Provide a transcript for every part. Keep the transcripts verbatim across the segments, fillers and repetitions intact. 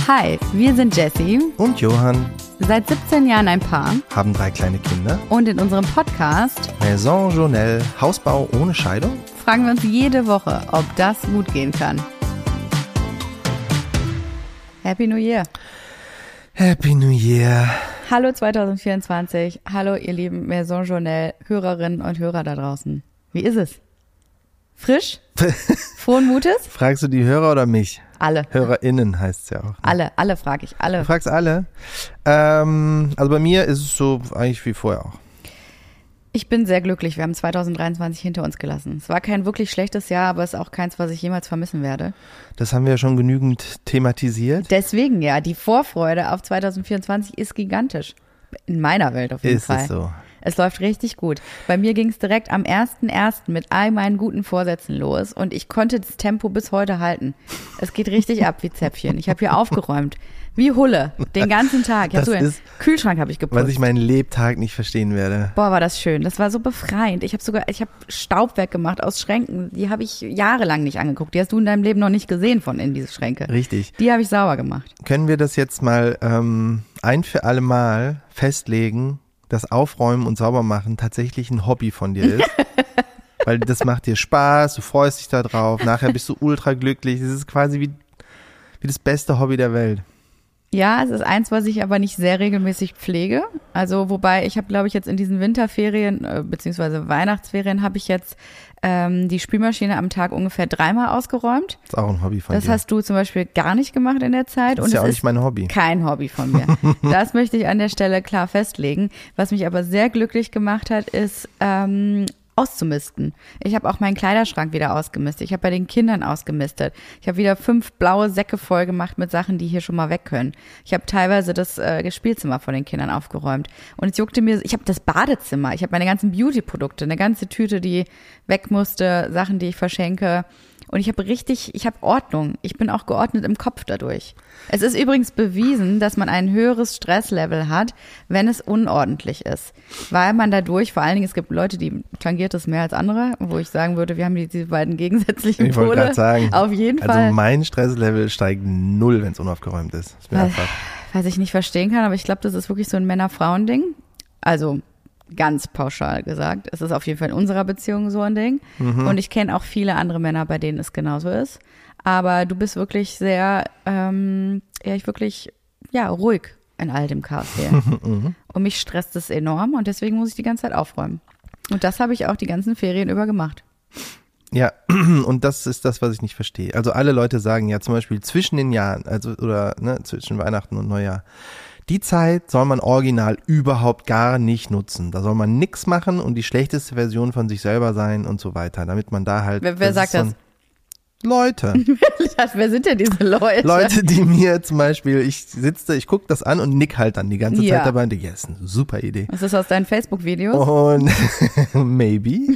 Hi, wir sind Jessie und Johann. Seit siebzehn Jahren ein Paar. Haben drei kleine Kinder. Und in unserem Podcast Maison Journelle, Hausbau ohne Scheidung, fragen wir uns jede Woche, ob das gut gehen kann. Happy New Year. Happy New Year. Hallo zwanzig vierundzwanzig. Hallo ihr lieben Maison Journelle Hörerinnen und Hörer da draußen. Wie ist es? Frisch? Frohen Mutes? Fragst du die Hörer oder mich? Alle. HörerInnen heißt es ja auch. Ne? Alle, alle frage ich, alle. Du fragst alle? Ähm, also bei mir ist es so eigentlich wie vorher auch. Ich bin sehr glücklich. Wir haben zwanzig dreiundzwanzig hinter uns gelassen. Es war kein wirklich schlechtes Jahr, aber es ist auch keins, was ich jemals vermissen werde. Das haben wir ja schon genügend thematisiert. Deswegen ja, die Vorfreude auf zwanzig vierundzwanzig ist gigantisch. In meiner Welt auf jeden ist Fall. Ist es so. Es läuft richtig gut. Bei mir ging es direkt am ersten ersten mit all meinen guten Vorsätzen los und ich konnte das Tempo bis heute halten. Es geht richtig ab wie Zäpfchen. Ich habe hier aufgeräumt, wie Hulle, den ganzen Tag. Ich hab Das so ist, Kühlschrank habe ich geputzt. Was ich meinen Lebtag nicht verstehen werde. Boah, war das schön. Das war so befreiend. Ich habe sogar, ich habe Staub weggemacht aus Schränken. Die habe ich jahrelang nicht angeguckt. Die hast du in deinem Leben noch nicht gesehen von in diese Schränke. Richtig. Die habe ich sauber gemacht. Können wir das jetzt mal ähm, ein für alle Mal festlegen, dass Aufräumen und Saubermachen tatsächlich ein Hobby von dir ist? Weil das macht dir Spaß, du freust dich da drauf, nachher bist du ultra glücklich. Das ist quasi wie, wie das beste Hobby der Welt. Ja, es ist eins, was ich aber nicht sehr regelmäßig pflege. Also wobei, ich habe, glaube ich, jetzt in diesen Winterferien äh, beziehungsweise Weihnachtsferien habe ich jetzt ähm, die Spülmaschine am Tag ungefähr dreimal ausgeräumt. Das ist auch ein Hobby von das dir. Das hast du zum Beispiel gar nicht gemacht in der Zeit. Das und ist ja es auch nicht mein Hobby. Kein Hobby von mir. Das möchte ich an der Stelle klar festlegen. Was mich aber sehr glücklich gemacht hat, ist ähm, auszumisten. Ich habe auch meinen Kleiderschrank wieder ausgemistet. Ich habe bei den Kindern ausgemistet. Ich habe wieder fünf blaue Säcke voll gemacht mit Sachen, die hier schon mal weg können. Ich habe teilweise das äh, Spielzimmer von den Kindern aufgeräumt. Und es juckte mir, ich habe das Badezimmer, ich habe meine ganzen Beauty-Produkte, eine ganze Tüte, die weg musste, Sachen, die ich verschenke. Und ich habe richtig, ich habe Ordnung. Ich bin auch geordnet im Kopf dadurch. Es ist übrigens bewiesen, dass man ein höheres Stresslevel hat, wenn es unordentlich ist. Weil man dadurch, vor allen Dingen, es gibt Leute, die tangiert es mehr als andere, wo ich sagen würde, wir haben die, diese beiden gegensätzlichen ich wollte Pole. gerade sagen, auf jeden also Fall. Also mein Stresslevel steigt null, wenn es unaufgeräumt ist. ist mir was, einfach. was ich nicht verstehen kann, aber ich glaube, das ist wirklich so ein Männer-Frauen-Ding. Also ganz pauschal gesagt. Es ist auf jeden Fall in unserer Beziehung so ein Ding. Mhm. Und ich kenne auch viele andere Männer, bei denen es genauso ist. Aber du bist wirklich sehr, ähm, ja, ich wirklich, ja, ruhig in all dem Chaos hier. Mhm. Und mich stresst es enorm und deswegen muss ich die ganze Zeit aufräumen. Und das habe ich auch die ganzen Ferien über gemacht. Ja, und das ist das, was ich nicht verstehe. Also alle Leute sagen ja zum Beispiel zwischen den Jahren, also oder ne, zwischen Weihnachten und Neujahr, die Zeit soll man original überhaupt gar nicht nutzen. Da soll man nichts machen und die schlechteste Version von sich selber sein und so weiter, damit man da halt. Wer, wer sagt so das? Leute. Wer sind denn diese Leute? Leute, die mir zum Beispiel, ich sitze, ich gucke das an und nick halt dann die ganze ja. Zeit dabei und denke, ja, ist eine super Idee. Was ist aus deinen Facebook-Videos? Und maybe.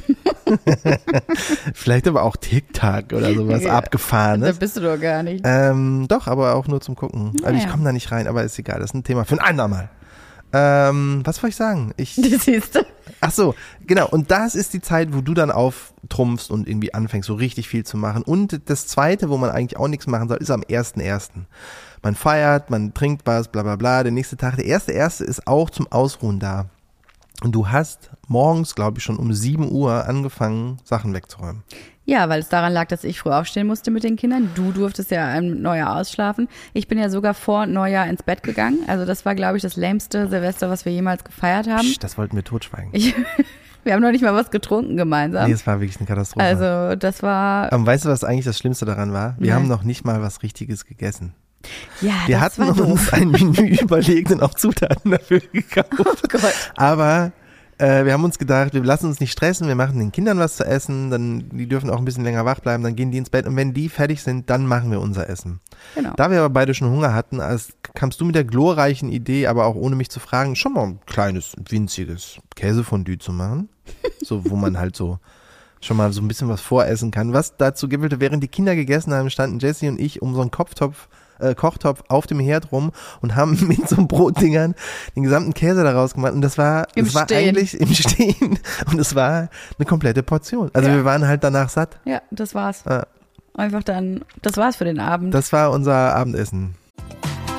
Vielleicht aber auch TikTok oder sowas ja, Abgefahrenes. Da bist du doch gar nicht. Ähm, doch, aber auch nur zum Gucken. Naja. Also ich komme da nicht rein, aber ist egal, das ist ein Thema für ein andermal. Ähm, was wollte ich sagen? Ich, das siehst du. Ach so, genau. Und das ist die Zeit, wo du dann auftrumpfst und irgendwie anfängst, so richtig viel zu machen. Und das Zweite, wo man eigentlich auch nichts machen soll, ist am ersten ersten Man feiert, man trinkt was, bla bla bla. Der nächste Tag, der erste erste ist auch zum Ausruhen da. Und du hast morgens, glaube ich, schon um sieben Uhr angefangen, Sachen wegzuräumen. Ja, weil es daran lag, dass ich früh aufstehen musste mit den Kindern. Du durftest ja im Neujahr ausschlafen. Ich bin ja sogar vor Neujahr ins Bett gegangen. Also das war, glaube ich, das lämste Silvester, was wir jemals gefeiert haben. Psst, das wollten wir totschweigen. Ich, wir haben noch nicht mal was getrunken gemeinsam. Nee, es war wirklich eine Katastrophe. Also das war... Aber weißt du, was eigentlich das Schlimmste daran war? Wir Nein. haben noch nicht mal was Richtiges gegessen. Ja, wir das hatten war uns doof. ein Menü überlegt und auch Zutaten dafür gekauft. Oh Gott. Aber äh, wir haben uns gedacht, wir lassen uns nicht stressen, wir machen den Kindern was zu essen, dann die dürfen auch ein bisschen länger wach bleiben, dann gehen die ins Bett und wenn die fertig sind, dann machen wir unser Essen. Genau. Da wir aber beide schon Hunger hatten, als kamst du mit der glorreichen Idee, aber auch ohne mich zu fragen, schon mal ein kleines, winziges Käsefondue zu machen, so wo man halt so schon mal so ein bisschen was voressen kann. Was dazu gipfelte, während die Kinder gegessen haben, standen Jessie und ich um so einen Kopftopf Äh, Kochtopf auf dem Herd rum und haben mit so Brotdingern den gesamten Käse daraus gemacht und das war, Im das war Stehen. eigentlich im Stehen und es war eine komplette Portion. Also Ja. wir waren halt danach satt. Ja, das war's. Ja. Einfach dann, das war's für den Abend. Das war unser Abendessen.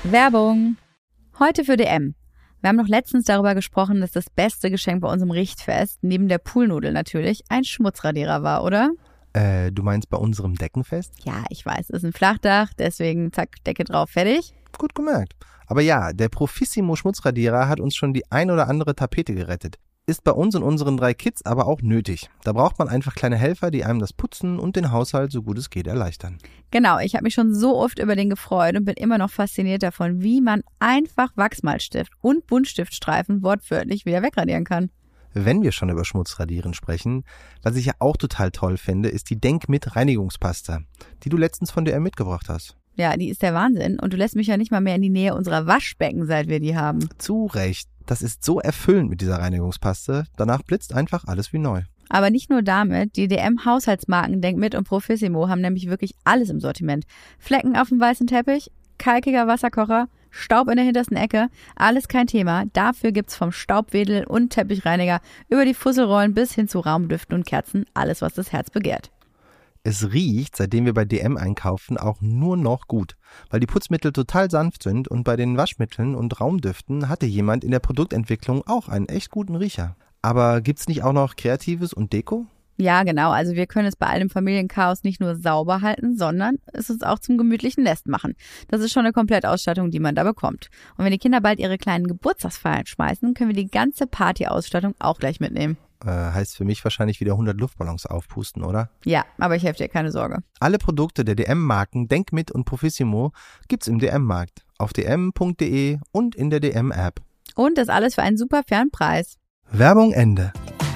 Werbung. Heute für D M. Wir haben noch letztens darüber gesprochen, dass das beste Geschenk bei unserem Richtfest, neben der Poolnudel natürlich, ein Schmutzradierer war, oder? Äh, du meinst bei unserem Deckenfest? Ja, ich weiß, es ist ein Flachdach, deswegen zack, Decke drauf, fertig. Gut gemerkt. Aber ja, der Profissimo Schmutzradierer hat uns schon die ein oder andere Tapete gerettet. Ist bei uns und unseren drei Kids aber auch nötig. Da braucht man einfach kleine Helfer, die einem das Putzen und den Haushalt so gut es geht erleichtern. Genau, ich habe mich schon so oft über den gefreut und bin immer noch fasziniert davon, wie man einfach Wachsmalstift und Buntstiftstreifen wortwörtlich wieder wegradieren kann. Wenn wir schon über Schmutzradieren sprechen, was ich ja auch total toll finde, ist die Denk-Mit Reinigungspasta, die du letztens von D M mitgebracht hast. Ja, die ist der Wahnsinn und du lässt mich ja nicht mal mehr in die Nähe unserer Waschbecken, seit wir die haben. Zu Recht. Das ist so erfüllend mit dieser Reinigungspaste. Danach blitzt einfach alles wie neu. Aber nicht nur damit, die D M-Haushaltsmarken Denk-Mit und Profissimo haben nämlich wirklich alles im Sortiment. Flecken auf dem weißen Teppich, kalkiger Wasserkocher, Staub in der hintersten Ecke, alles kein Thema. Dafür gibt's vom Staubwedel und Teppichreiniger über die Fusselrollen bis hin zu Raumdüften und Kerzen alles, was das Herz begehrt. Es riecht, seitdem wir bei D M einkaufen, auch nur noch gut, weil die Putzmittel total sanft sind und bei den Waschmitteln und Raumdüften hatte jemand in der Produktentwicklung auch einen echt guten Riecher. Aber gibt's nicht auch noch Kreatives und Deko? Ja, genau. Also wir können es bei all dem Familienchaos nicht nur sauber halten, sondern es uns auch zum gemütlichen Nest machen. Das ist schon eine Komplettausstattung, die man da bekommt. Und wenn die Kinder bald ihre kleinen Geburtstagsfeiern schmeißen, können wir die ganze Partyausstattung auch gleich mitnehmen. Äh, heißt für mich wahrscheinlich wieder hundert Luftballons aufpusten, oder? Ja, aber ich helfe dir, keine Sorge. Alle Produkte der D M-Marken Denk-Mit und Profissimo gibt's im D M-Markt, auf d m punkt d e und in der D M-App. Und das alles für einen super fairen Preis. Werbung Ende.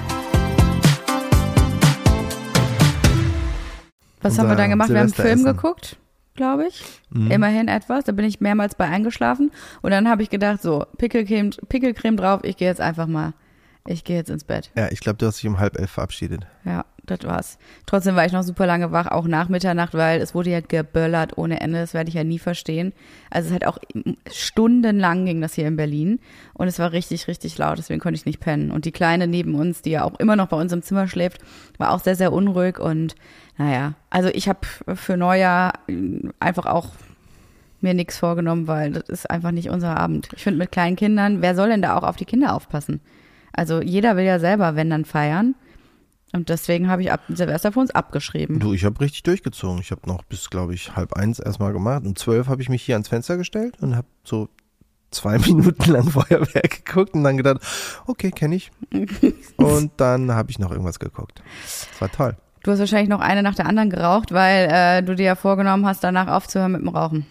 Was Unser haben wir dann gemacht? Wir haben einen Film Silvesteressen. geguckt, glaube ich. Mhm. Immerhin etwas. Da bin ich mehrmals bei eingeschlafen. Und dann habe ich gedacht, so, Pickelcreme, Pickelcreme drauf, ich gehe jetzt einfach mal, ich gehe jetzt ins Bett. Ja, ich glaube, du hast dich um halb elf verabschiedet. Ja, das war's. Trotzdem war ich noch super lange wach, auch nach Mitternacht, weil es wurde ja geböllert ohne Ende. Das werde ich ja nie verstehen. Also es hat auch stundenlang ging das hier in Berlin. Und es war richtig, richtig laut. Deswegen konnte ich nicht pennen. Und die Kleine neben uns, die ja auch immer noch bei uns im Zimmer schläft, war auch sehr, sehr unruhig. Und naja, also ich habe für Neujahr einfach auch mir nichts vorgenommen, weil das ist einfach nicht unser Abend. Ich finde, mit kleinen Kindern, wer soll denn da auch auf die Kinder aufpassen? Also jeder will ja selber, wenn dann feiern. Und deswegen habe ich ab Silvester für uns abgeschrieben. Du, ich habe richtig durchgezogen. Ich habe noch bis, glaube ich, halb eins erstmal gemacht. Um zwölf habe ich mich hier ans Fenster gestellt und habe so zwei Minuten lang Feuerwerk geguckt und dann gedacht, okay, kenne ich. Und dann habe ich noch irgendwas geguckt. Das war toll. Du hast wahrscheinlich noch eine nach der anderen geraucht, weil äh, du dir ja vorgenommen hast, danach aufzuhören mit dem Rauchen.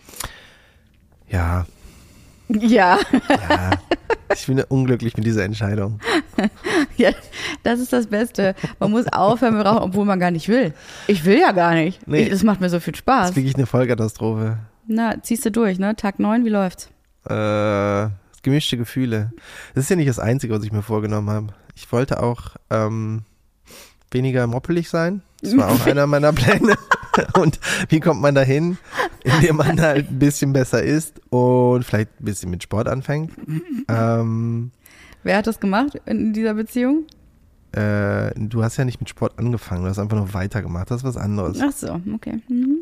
Ja. Ja. Ja. Ich bin unglücklich mit dieser Entscheidung. Ja, das ist das Beste. Man muss aufhören mit Rauchen, obwohl man gar nicht will. Ich will ja gar nicht. Nee. Ich, das macht mir so viel Spaß. Das ist wirklich eine Vollkatastrophe. Na, ziehst du durch, ne? Tag neun, wie läuft's? Äh, gemischte Gefühle. Das ist ja nicht das Einzige, was ich mir vorgenommen habe. Ich wollte auch ähm, weniger moppelig sein. Das war auch einer meiner Pläne. Und wie kommt man dahin? Indem man halt ein bisschen besser isst und vielleicht ein bisschen mit Sport anfängt. Ähm, Wer hat das gemacht in dieser Beziehung? äh, du hast ja nicht mit Sport angefangen, du hast einfach nur weitergemacht. Das ist was anderes. Ach so, okay. Mhm.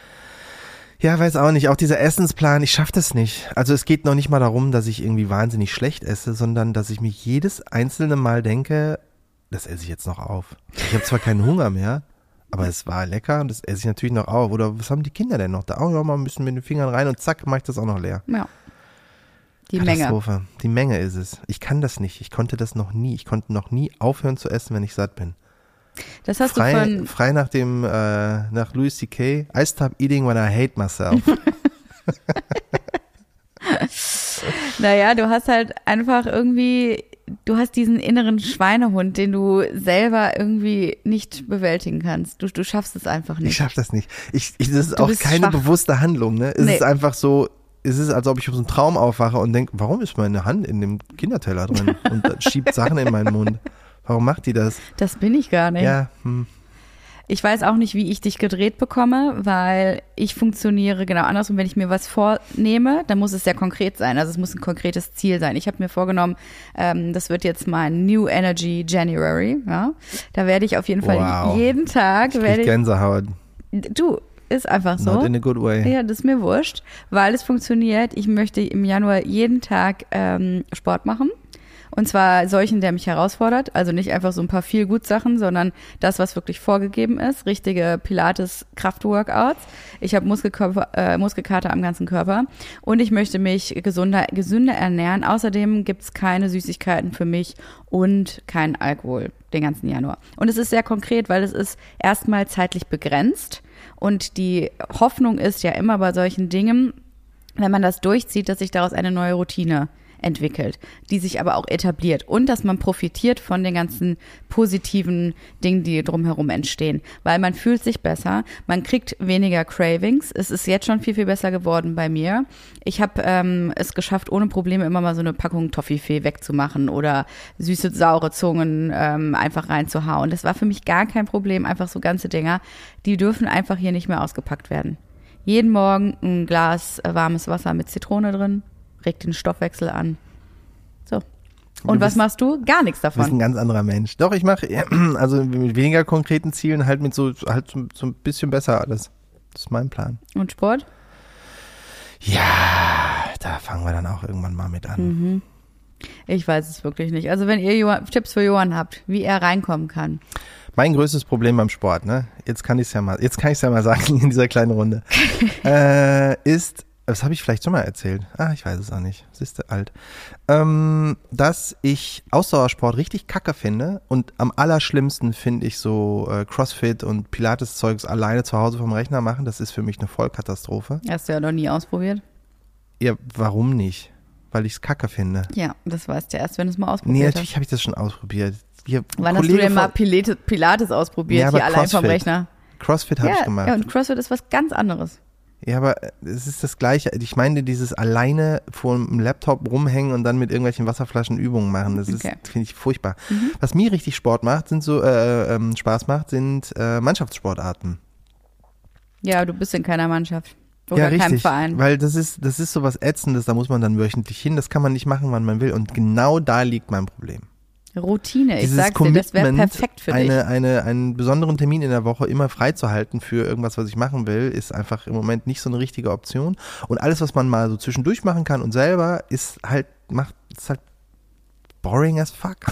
Ja, weiß auch nicht. Auch dieser Essensplan, ich schaffe das nicht. Also es geht noch nicht mal darum, dass ich irgendwie wahnsinnig schlecht esse, sondern dass ich mir jedes einzelne Mal denke, das esse ich jetzt noch auf. Ich habe zwar keinen Hunger mehr, aber es war lecker und das esse ich natürlich noch auf. Oder was haben die Kinder denn noch da? Oh ja, mal ein bisschen mit den Fingern rein und zack, mache ich das auch noch leer. Ja. Die Menge. Katastrophe. Die Menge ist es. Ich kann das nicht. Ich konnte das noch nie. Ich konnte noch nie aufhören zu essen, wenn ich satt bin. Das hast frei, du von... frei nach dem, äh, nach Louis C K. I stop eating when I hate myself. Naja, du hast halt einfach irgendwie, du hast diesen inneren Schweinehund, den du selber irgendwie nicht bewältigen kannst. Du, du schaffst es einfach nicht. Ich schaff das nicht. Ich, ich, das ist Du auch bist keine schwach. bewusste Handlung. Ne? Es Nee. ist einfach so, es ist, als ob ich aus einem Traum aufwache und denke, warum ist meine Hand in dem Kinderteller drin und da schiebt Sachen in meinen Mund? Warum macht die das? Das bin ich gar nicht. Ja, hm. Ich weiß auch nicht, wie ich dich gedreht bekomme, weil ich funktioniere genau andersrum. Wenn ich mir was vornehme, dann muss es sehr konkret sein. Also es muss ein konkretes Ziel sein. Ich habe mir vorgenommen, ähm, das wird jetzt mein New Energy January. Ja? Da werde ich auf jeden Fall Wow. jeden Tag, Ich werde krieg ich, Gänsehaut. du, Ist einfach so. Not in a good way. Ja, das ist mir wurscht, weil es funktioniert. Ich möchte im Januar jeden Tag ähm, Sport machen. Und zwar solchen, der mich herausfordert. Also nicht einfach so ein paar Feel-Good-Sachen, sondern das, was wirklich vorgegeben ist. Richtige Pilates-Kraft-Workouts. Ich habe Muskelkörper, äh, Muskelkater am ganzen Körper. Und ich möchte mich gesunder, gesünder ernähren. Außerdem gibt's keine Süßigkeiten für mich und keinen Alkohol den ganzen Januar. Und es ist sehr konkret, weil es ist erstmal zeitlich begrenzt. Und die Hoffnung ist ja immer bei solchen Dingen, wenn man das durchzieht, dass sich daraus eine neue Routine entwickelt, die sich aber auch etabliert und dass man profitiert von den ganzen positiven Dingen, die drumherum entstehen, weil man fühlt sich besser, man kriegt weniger Cravings, es ist jetzt schon viel, viel besser geworden bei mir. Ich habe ähm, es geschafft, ohne Probleme immer mal so eine Packung Toffifee wegzumachen oder süße, saure Zungen ähm, einfach reinzuhauen. Das war für mich gar kein Problem, einfach so ganze Dinger, die dürfen einfach hier nicht mehr ausgepackt werden. Jeden Morgen ein Glas äh, warmes Wasser mit Zitrone drin, regt den Stoffwechsel an. So. Und Du was bist- machst du? Gar nichts Du bist davon. ein ganz anderer Mensch. Doch, ich mache also mit weniger konkreten Zielen halt mit so halt so, so ein bisschen besser alles. Das ist mein Plan. Und Sport? Ja, da fangen wir dann auch irgendwann mal mit an. Ich weiß es wirklich nicht. Also wenn ihr Johann, Tipps für Johann habt, wie er reinkommen kann. Mein größtes Problem beim Sport, ne? Jetzt kann ich es ja mal, jetzt kann ich es ja mal sagen in dieser kleinen Runde, äh, ist, das habe ich vielleicht schon mal erzählt. Ah, ich weiß es auch nicht. Siehst du, alt. Ähm, dass ich Ausdauersport richtig kacke finde und am allerschlimmsten finde ich so äh, Crossfit und Pilates-Zeugs alleine zu Hause vom Rechner machen. Das ist für mich eine Vollkatastrophe. Hast du ja noch nie ausprobiert. Ja, warum nicht? Weil ich es kacke finde. Ja, das weißt du erst, wenn du es mal Nee, ausprobiert hast. natürlich habe ich das schon ausprobiert. Hier, Wann Kollege hast du denn mal von- Pilates, Pilates ausprobiert, Ja, aber hier allein vom Crossfit. Rechner? Crossfit habe ja, ich gemacht. ja, und CrossFit ist was ganz anderes. Ja, aber es ist das Gleiche. Ich meine, dieses alleine vor dem Laptop rumhängen und dann mit irgendwelchen Wasserflaschen Übungen machen, das Okay. ist, finde ich, furchtbar. Was mir richtig Sport macht, sind so, äh, ähm, Spaß macht, sind äh, Mannschaftssportarten. Ja, du bist in keiner Mannschaft. Oder ja, keinem richtig. Verein. Weil das ist, das ist so was Ätzendes, da muss man dann wöchentlich hin, das kann man nicht machen, wann man will. Und genau da liegt mein Problem. Routine, ich Dieses sag's dir, das wäre Commitment, perfekt für eine, dich. eine, einen besonderen Termin in der Woche immer freizuhalten für irgendwas, was ich machen will, ist einfach im Moment nicht so eine richtige Option. Und alles, was man mal so zwischendurch machen kann und selber, ist halt, macht, ist halt boring as fuck.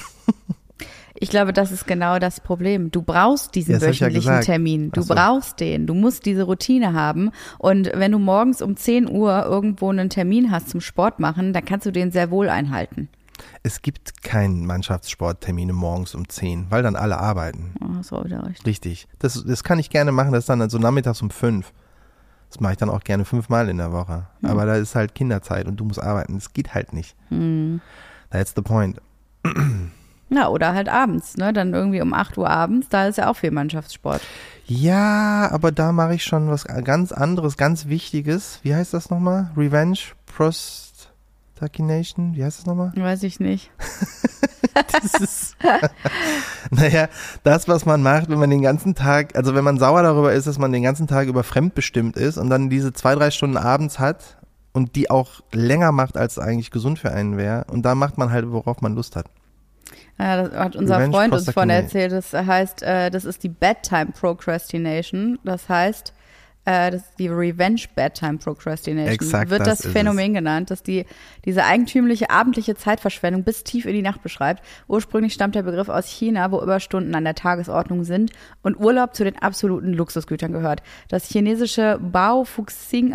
Ich glaube, das ist genau das Problem. Du brauchst diesen Ja, das hab ich ja wöchentlichen gesagt. Termin. Du Ach so. brauchst den. Du musst diese Routine haben. Und wenn du morgens um zehn Uhr irgendwo einen Termin hast zum Sport machen, dann kannst du den sehr wohl einhalten. Es gibt keinen Mannschaftssporttermine morgens um zehn, weil dann alle arbeiten. Oh, hast du auch wieder recht. Richtig. Das, das kann ich gerne machen, das ist dann so nachmittags um fünf. Das mache ich dann auch gerne fünfmal in der Woche. Hm. Aber da ist halt Kinderzeit und du musst arbeiten. Das geht halt nicht. Hm. That's the point. Ja, oder halt abends, ne? Dann irgendwie um acht Uhr abends, da ist ja auch viel Mannschaftssport. Ja, aber da mache ich schon was ganz anderes, ganz Wichtiges. Wie heißt das nochmal? Revenge Prostachination? Wie heißt das nochmal? Weiß ich nicht. Das ist, naja, das, was man macht, wenn man den ganzen Tag, also wenn man sauer darüber ist, dass man den ganzen Tag über fremdbestimmt ist und dann diese zwei, drei Stunden abends hat und die auch länger macht, als eigentlich gesund für einen wäre. Und da macht man halt, worauf man Lust hat. Ja, das hat unser Revenge Freund uns von Procrastination. erzählt. Das heißt, äh, das ist die Bedtime Procrastination. Das heißt, äh, das ist die Revenge Bedtime Procrastination. Exakt, wird das das ist Phänomen genannt, dass die diese eigentümliche abendliche Zeitverschwendung bis tief in die Nacht beschreibt. Ursprünglich stammt der Begriff aus China, wo Überstunden an der Tagesordnung sind und Urlaub zu den absoluten Luxusgütern gehört. Das chinesische Bao Fuxing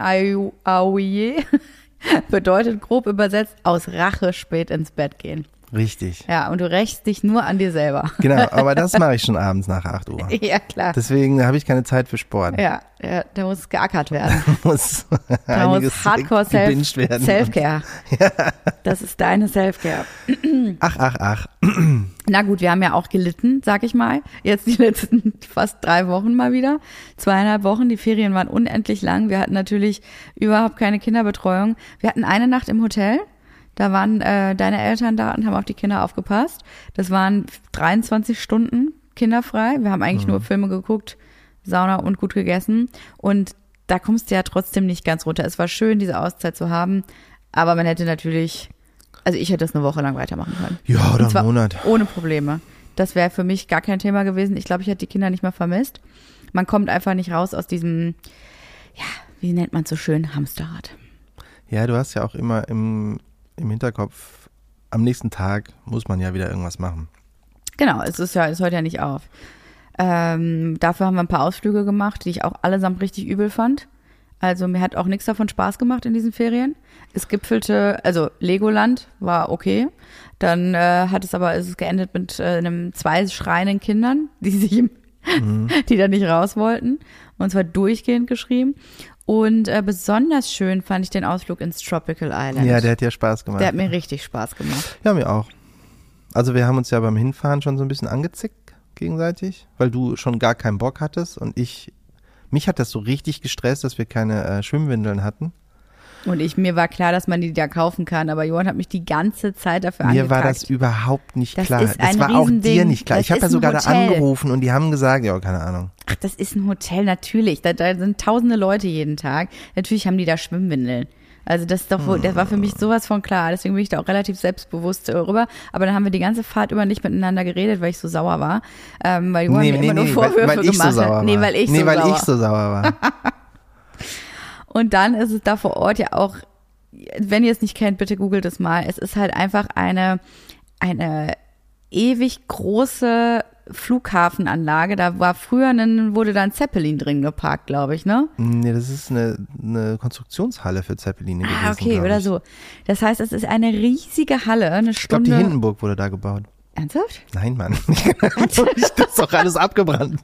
Aoye bedeutet grob übersetzt aus Rache spät ins Bett gehen. Richtig. Ja, und du rächst dich nur an dir selber. Genau, aber das mache ich schon abends nach acht Uhr. Ja, klar. Deswegen habe ich keine Zeit für Sport. Ja, ja, da muss geackert werden. Muss Da einiges muss Hardcore gebinged Self, werden. Self-Care. Das ist deine Self-Care. Ach, ach, ach. Na gut, wir haben ja auch gelitten, sag ich mal. Jetzt die letzten fast drei Wochen mal wieder. Zweieinhalb Wochen, die Ferien waren unendlich lang. Wir hatten natürlich überhaupt keine Kinderbetreuung. Wir hatten eine Nacht im Hotel. Da waren äh, deine Eltern da und haben auf die Kinder aufgepasst. Das waren dreiundzwanzig Stunden kinderfrei. Wir haben eigentlich Mhm. nur Filme geguckt, Sauna und gut gegessen. Und da kommst du ja trotzdem nicht ganz runter. Es war schön, diese Auszeit zu haben, aber man hätte natürlich, also ich hätte das eine Woche lang weitermachen können. Ja, oder Und zwar einen Monat. ohne Probleme. Das wäre für mich gar kein Thema gewesen. Ich glaube, ich hätte die Kinder nicht mehr vermisst. Man kommt einfach nicht raus aus diesem ja, wie nennt man es so schön, Hamsterrad. Ja, du hast ja auch immer im, im Hinterkopf, am nächsten Tag muss man ja wieder irgendwas machen. Genau, es ist ja, es hört ja nicht auf. Ähm, dafür haben wir ein paar Ausflüge gemacht, die ich auch allesamt richtig übel fand. Also mir hat auch nichts davon Spaß gemacht in diesen Ferien. Es gipfelte, also Legoland war okay. Dann äh, hat es aber, ist es geendet mit äh, einem zwei schreienden Kindern, die sich, mhm. die da nicht raus wollten. Und zwar durchgehend geschrien. Und äh, besonders schön fand ich den Ausflug ins Tropical Island. Ja, der hat ja Spaß gemacht. Der hat mir richtig Spaß gemacht. Ja, mir auch. Also wir haben uns ja beim Hinfahren schon so ein bisschen angezickt gegenseitig, weil du schon gar keinen Bock hattest und ich, mich hat das so richtig gestresst, dass wir keine äh, Schwimmwindeln hatten. Und ich, mir war klar, dass man die da kaufen kann, aber Johann hat mich die ganze Zeit dafür angekackt. Mir war das überhaupt nicht das klar. Ist ein das war auch Riesending. dir nicht klar. Das ich habe ja sogar da angerufen und die haben gesagt, ja, keine Ahnung. Ach, das ist ein Hotel, natürlich. Da, da sind tausende Leute jeden Tag. Natürlich haben die da Schwimmwindeln. Also das ist doch, wohl, das war für mich sowas von klar. Deswegen bin ich da auch relativ selbstbewusst rüber. Aber dann haben wir die ganze Fahrt über nicht miteinander geredet, weil ich so sauer war. Ähm, weil Johann nee, mir nee, immer nee, nur Vorwürfe weil, weil gemacht so hat. Nee, weil ich nee, so weil sauer. ich so sauer war. Und dann ist es da vor Ort ja auch, wenn ihr es nicht kennt, bitte googelt es mal. Es ist halt einfach eine, eine ewig große Flughafenanlage. Da war früher, ein, wurde da ein Zeppelin drin geparkt, glaube ich, ne? Nee, das ist eine, eine Konstruktionshalle für Zeppeline gewesen. Ah, okay, oder so. Das heißt, es ist eine riesige Halle, eine Ich glaube, Stunde. die Hindenburg wurde da gebaut. Ernsthaft? Nein, Mann. Das ist doch alles abgebrannt.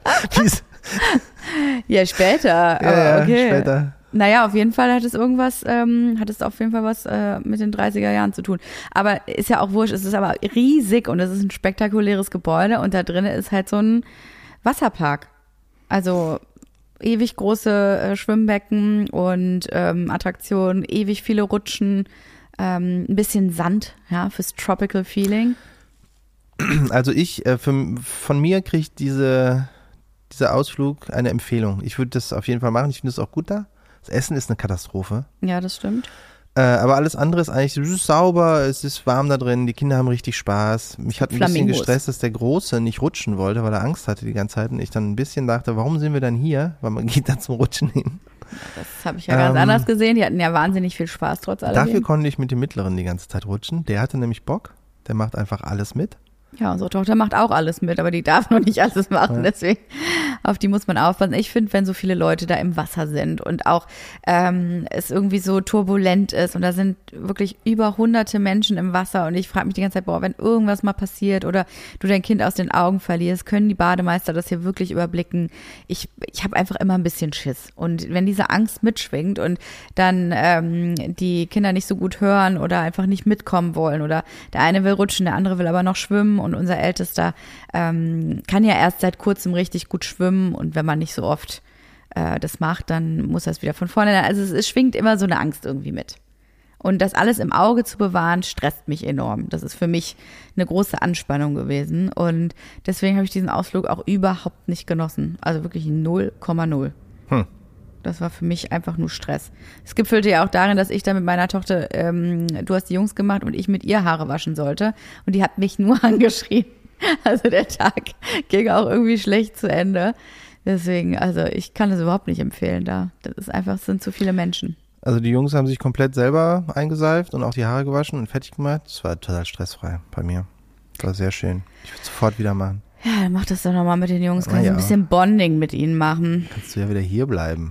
Ja, später. Ja, Aber ja, okay. später. Naja, auf jeden Fall hat es irgendwas, ähm, hat es auf jeden Fall was äh, mit den dreißiger Jahren zu tun. Aber ist ja auch wurscht, es ist aber riesig und es ist ein spektakuläres Gebäude und da drinnen ist halt so ein Wasserpark. Also ewig große äh, Schwimmbecken und ähm, Attraktionen, ewig viele Rutschen, ähm, ein bisschen Sand, ja, fürs Tropical Feeling. Also ich, äh, für, von mir kriegt diese, dieser Ausflug eine Empfehlung. Ich würde das auf jeden Fall machen, ich finde es auch gut da. Das Essen ist eine Katastrophe. Ja, das stimmt. Äh, aber alles andere ist eigentlich, es ist sauber, es ist warm da drin, die Kinder haben richtig Spaß. Mich hat ein bisschen Flamingos. gestresst, dass der Große nicht rutschen wollte, weil er Angst hatte die ganze Zeit. Und ich dann ein bisschen dachte, warum sind wir dann hier? Weil man geht da zum Rutschen hin. Das habe ich ja ganz Ähm, anders gesehen. Die hatten ja wahnsinnig viel Spaß trotz alledem. Dafür konnte ich mit dem Mittleren die ganze Zeit rutschen. Der hatte nämlich Bock, der macht einfach alles mit. Ja, unsere Tochter macht auch alles mit, aber die darf noch nicht alles machen, ja. Deswegen auf die muss man aufpassen. Ich finde, wenn so viele Leute da im Wasser sind und auch ähm, es irgendwie so turbulent ist und da sind wirklich über hunderte Menschen im Wasser und ich frage mich die ganze Zeit, boah, wenn irgendwas mal passiert oder du dein Kind aus den Augen verlierst, können die Bademeister das hier wirklich überblicken? Ich, ich habe einfach immer ein bisschen Schiss und wenn diese Angst mitschwingt und dann ähm, die Kinder nicht so gut hören oder einfach nicht mitkommen wollen oder der eine will rutschen, der andere will aber noch schwimmen und unser Ältester ähm, kann ja erst seit kurzem richtig gut schwimmen und wenn man nicht so oft äh, das macht, dann muss das wieder von vorne. Also es, es schwingt immer so eine Angst irgendwie mit. Und das alles im Auge zu bewahren, stresst mich enorm. Das ist für mich eine große Anspannung gewesen und deswegen habe ich diesen Ausflug auch überhaupt nicht genossen. Also wirklich null Komma null. Hm. Das war für mich einfach nur Stress. Es gipfelte ja auch darin, dass ich da mit meiner Tochter, ähm, du hast die Jungs gemacht und ich mit ihr Haare waschen sollte. Und die hat mich nur angeschrien. Also der Tag ging auch irgendwie schlecht zu Ende. Deswegen, also ich kann das überhaupt nicht empfehlen da. Das ist einfach, es sind zu viele Menschen. Also die Jungs haben sich komplett selber eingeseift und auch die Haare gewaschen und fertig gemacht. Das war total stressfrei bei mir. Das war sehr schön. Ich würde sofort wieder machen. Ja, dann mach das doch nochmal mit den Jungs. Kannst ja. ein bisschen Bonding mit ihnen machen. Kannst du ja wieder hier bleiben.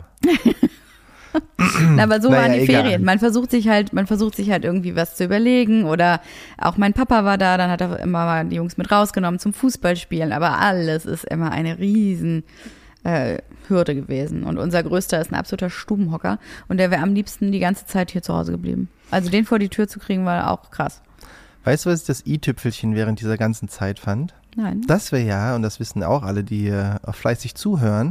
Na, aber so naja, waren die egal. Ferien. Man versucht sich halt, man versucht sich halt irgendwie was zu überlegen oder auch mein Papa war da, dann hat er immer mal die Jungs mit rausgenommen zum Fußballspielen, aber alles ist immer eine riesen äh, Hürde gewesen. Und unser Größter ist ein absoluter Stubenhocker und der wäre am liebsten die ganze Zeit hier zu Hause geblieben. Also den vor die Tür zu kriegen, war auch krass. Weißt du, was ich das i-Tüpfelchen während dieser ganzen Zeit fand? Nein. Das wäre ja, und das wissen auch alle, die hier fleißig zuhören,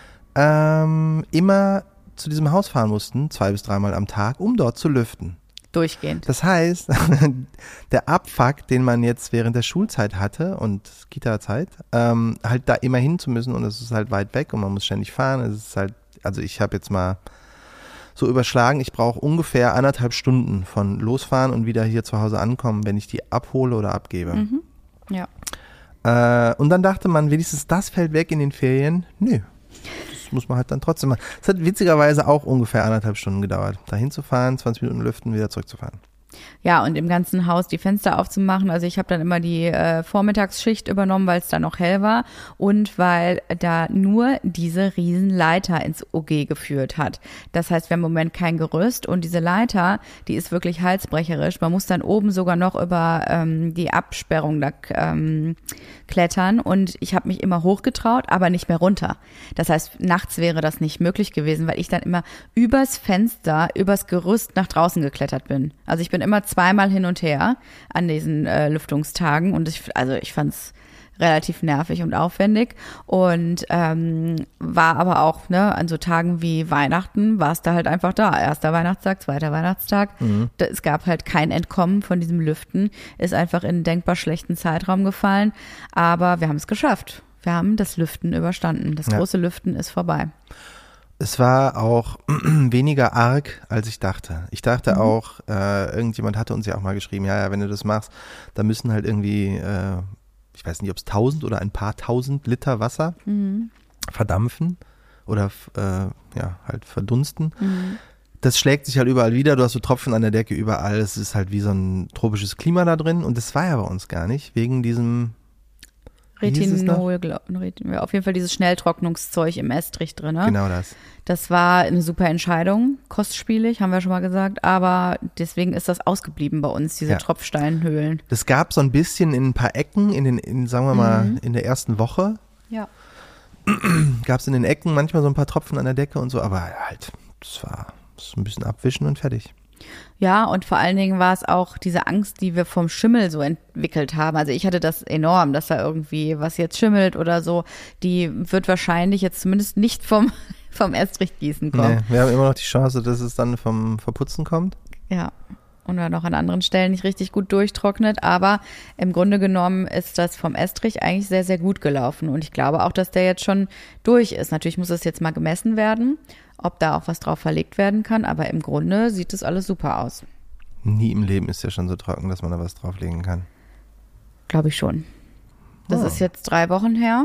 ähm, immer zu diesem Haus fahren mussten, zwei bis dreimal am Tag, um dort zu lüften. Durchgehend. Das heißt, der Abfuck, den man jetzt während der Schulzeit hatte und Kita-Zeit, ähm, halt da immer hin zu müssen und es ist halt weit weg und man muss ständig fahren. Es ist halt, also ich habe jetzt mal so überschlagen, ich brauche ungefähr anderthalb Stunden von losfahren und wieder hier zu Hause ankommen, wenn ich die abhole oder abgebe. Mhm. Ja. Äh, und dann dachte man, wenigstens das fällt weg in den Ferien. Nö, das das muss man halt dann trotzdem machen. Es hat witzigerweise auch ungefähr anderthalb Stunden gedauert, da hinzufahren, zwanzig Minuten lüften, wieder zurückzufahren. Ja, und im ganzen Haus die Fenster aufzumachen. Also ich habe dann immer die äh, Vormittagsschicht übernommen, weil es da noch hell war und weil da nur diese Riesenleiter ins O G geführt hat. Das heißt, wir haben im Moment kein Gerüst und diese Leiter, die ist wirklich halsbrecherisch. Man muss dann oben sogar noch über ähm, die Absperrung da ähm, klettern und ich habe mich immer hochgetraut, aber nicht mehr runter. Das heißt, nachts wäre das nicht möglich gewesen, weil ich dann immer übers Fenster, übers Gerüst nach draußen geklettert bin. Also ich bin immer zweimal hin und her an diesen äh, Lüftungstagen und ich, also ich fand es relativ nervig und aufwendig und ähm, war aber auch, ne, an so Tagen wie Weihnachten war es da halt einfach da. Erster Weihnachtstag, zweiter Weihnachtstag. Mhm. Da, es gab halt kein Entkommen von diesem Lüften, ist einfach in einen denkbar schlechten Zeitraum gefallen, aber wir haben es geschafft. Wir haben das Lüften überstanden. Das ja. große Lüften ist vorbei. Es war auch weniger arg, als ich dachte. Ich dachte mhm. auch, äh, irgendjemand hatte uns ja auch mal geschrieben, ja, ja, wenn du das machst, da müssen halt irgendwie, äh, ich weiß nicht, ob es tausend oder ein paar tausend Liter Wasser mhm. verdampfen oder äh, ja, halt verdunsten. Mhm. Das schlägt sich halt überall wieder, du hast so Tropfen an der Decke überall, es ist halt wie so ein tropisches Klima da drin und das war ja bei uns gar nicht, wegen diesem Retinol, glaub, auf jeden Fall dieses Schnelltrocknungszeug im Estrich drin. Ne? Genau das. Das war eine super Entscheidung, kostspielig, haben wir schon mal gesagt, aber deswegen ist das ausgeblieben bei uns, diese ja. Tropfsteinhöhlen. Das gab so ein bisschen in ein paar Ecken, in den, in, sagen wir mal, mhm. in der ersten Woche. Ja. Gab es in den Ecken manchmal so ein paar Tropfen an der Decke und so, aber halt, das war das ein bisschen abwischen und fertig. Ja, und vor allen Dingen war es auch diese Angst, die wir vom Schimmel so entwickelt haben. Also ich hatte das enorm, dass da irgendwie was jetzt schimmelt oder so. Die wird wahrscheinlich jetzt zumindest nicht vom, vom Estrichgießen kommen. Nee, wir haben immer noch die Chance, dass es dann vom Verputzen kommt. Ja, und dann noch an anderen Stellen nicht richtig gut durchtrocknet. Aber im Grunde genommen ist das vom Estrich eigentlich sehr, sehr gut gelaufen. Und ich glaube auch, dass der jetzt schon durch ist. Natürlich muss es jetzt mal gemessen werden, ob da auch was drauf verlegt werden kann. Aber im Grunde sieht das alles super aus. Nie im Leben ist ja schon so trocken, dass man da was drauflegen kann. Glaube ich schon. Das oh. ist jetzt drei Wochen her,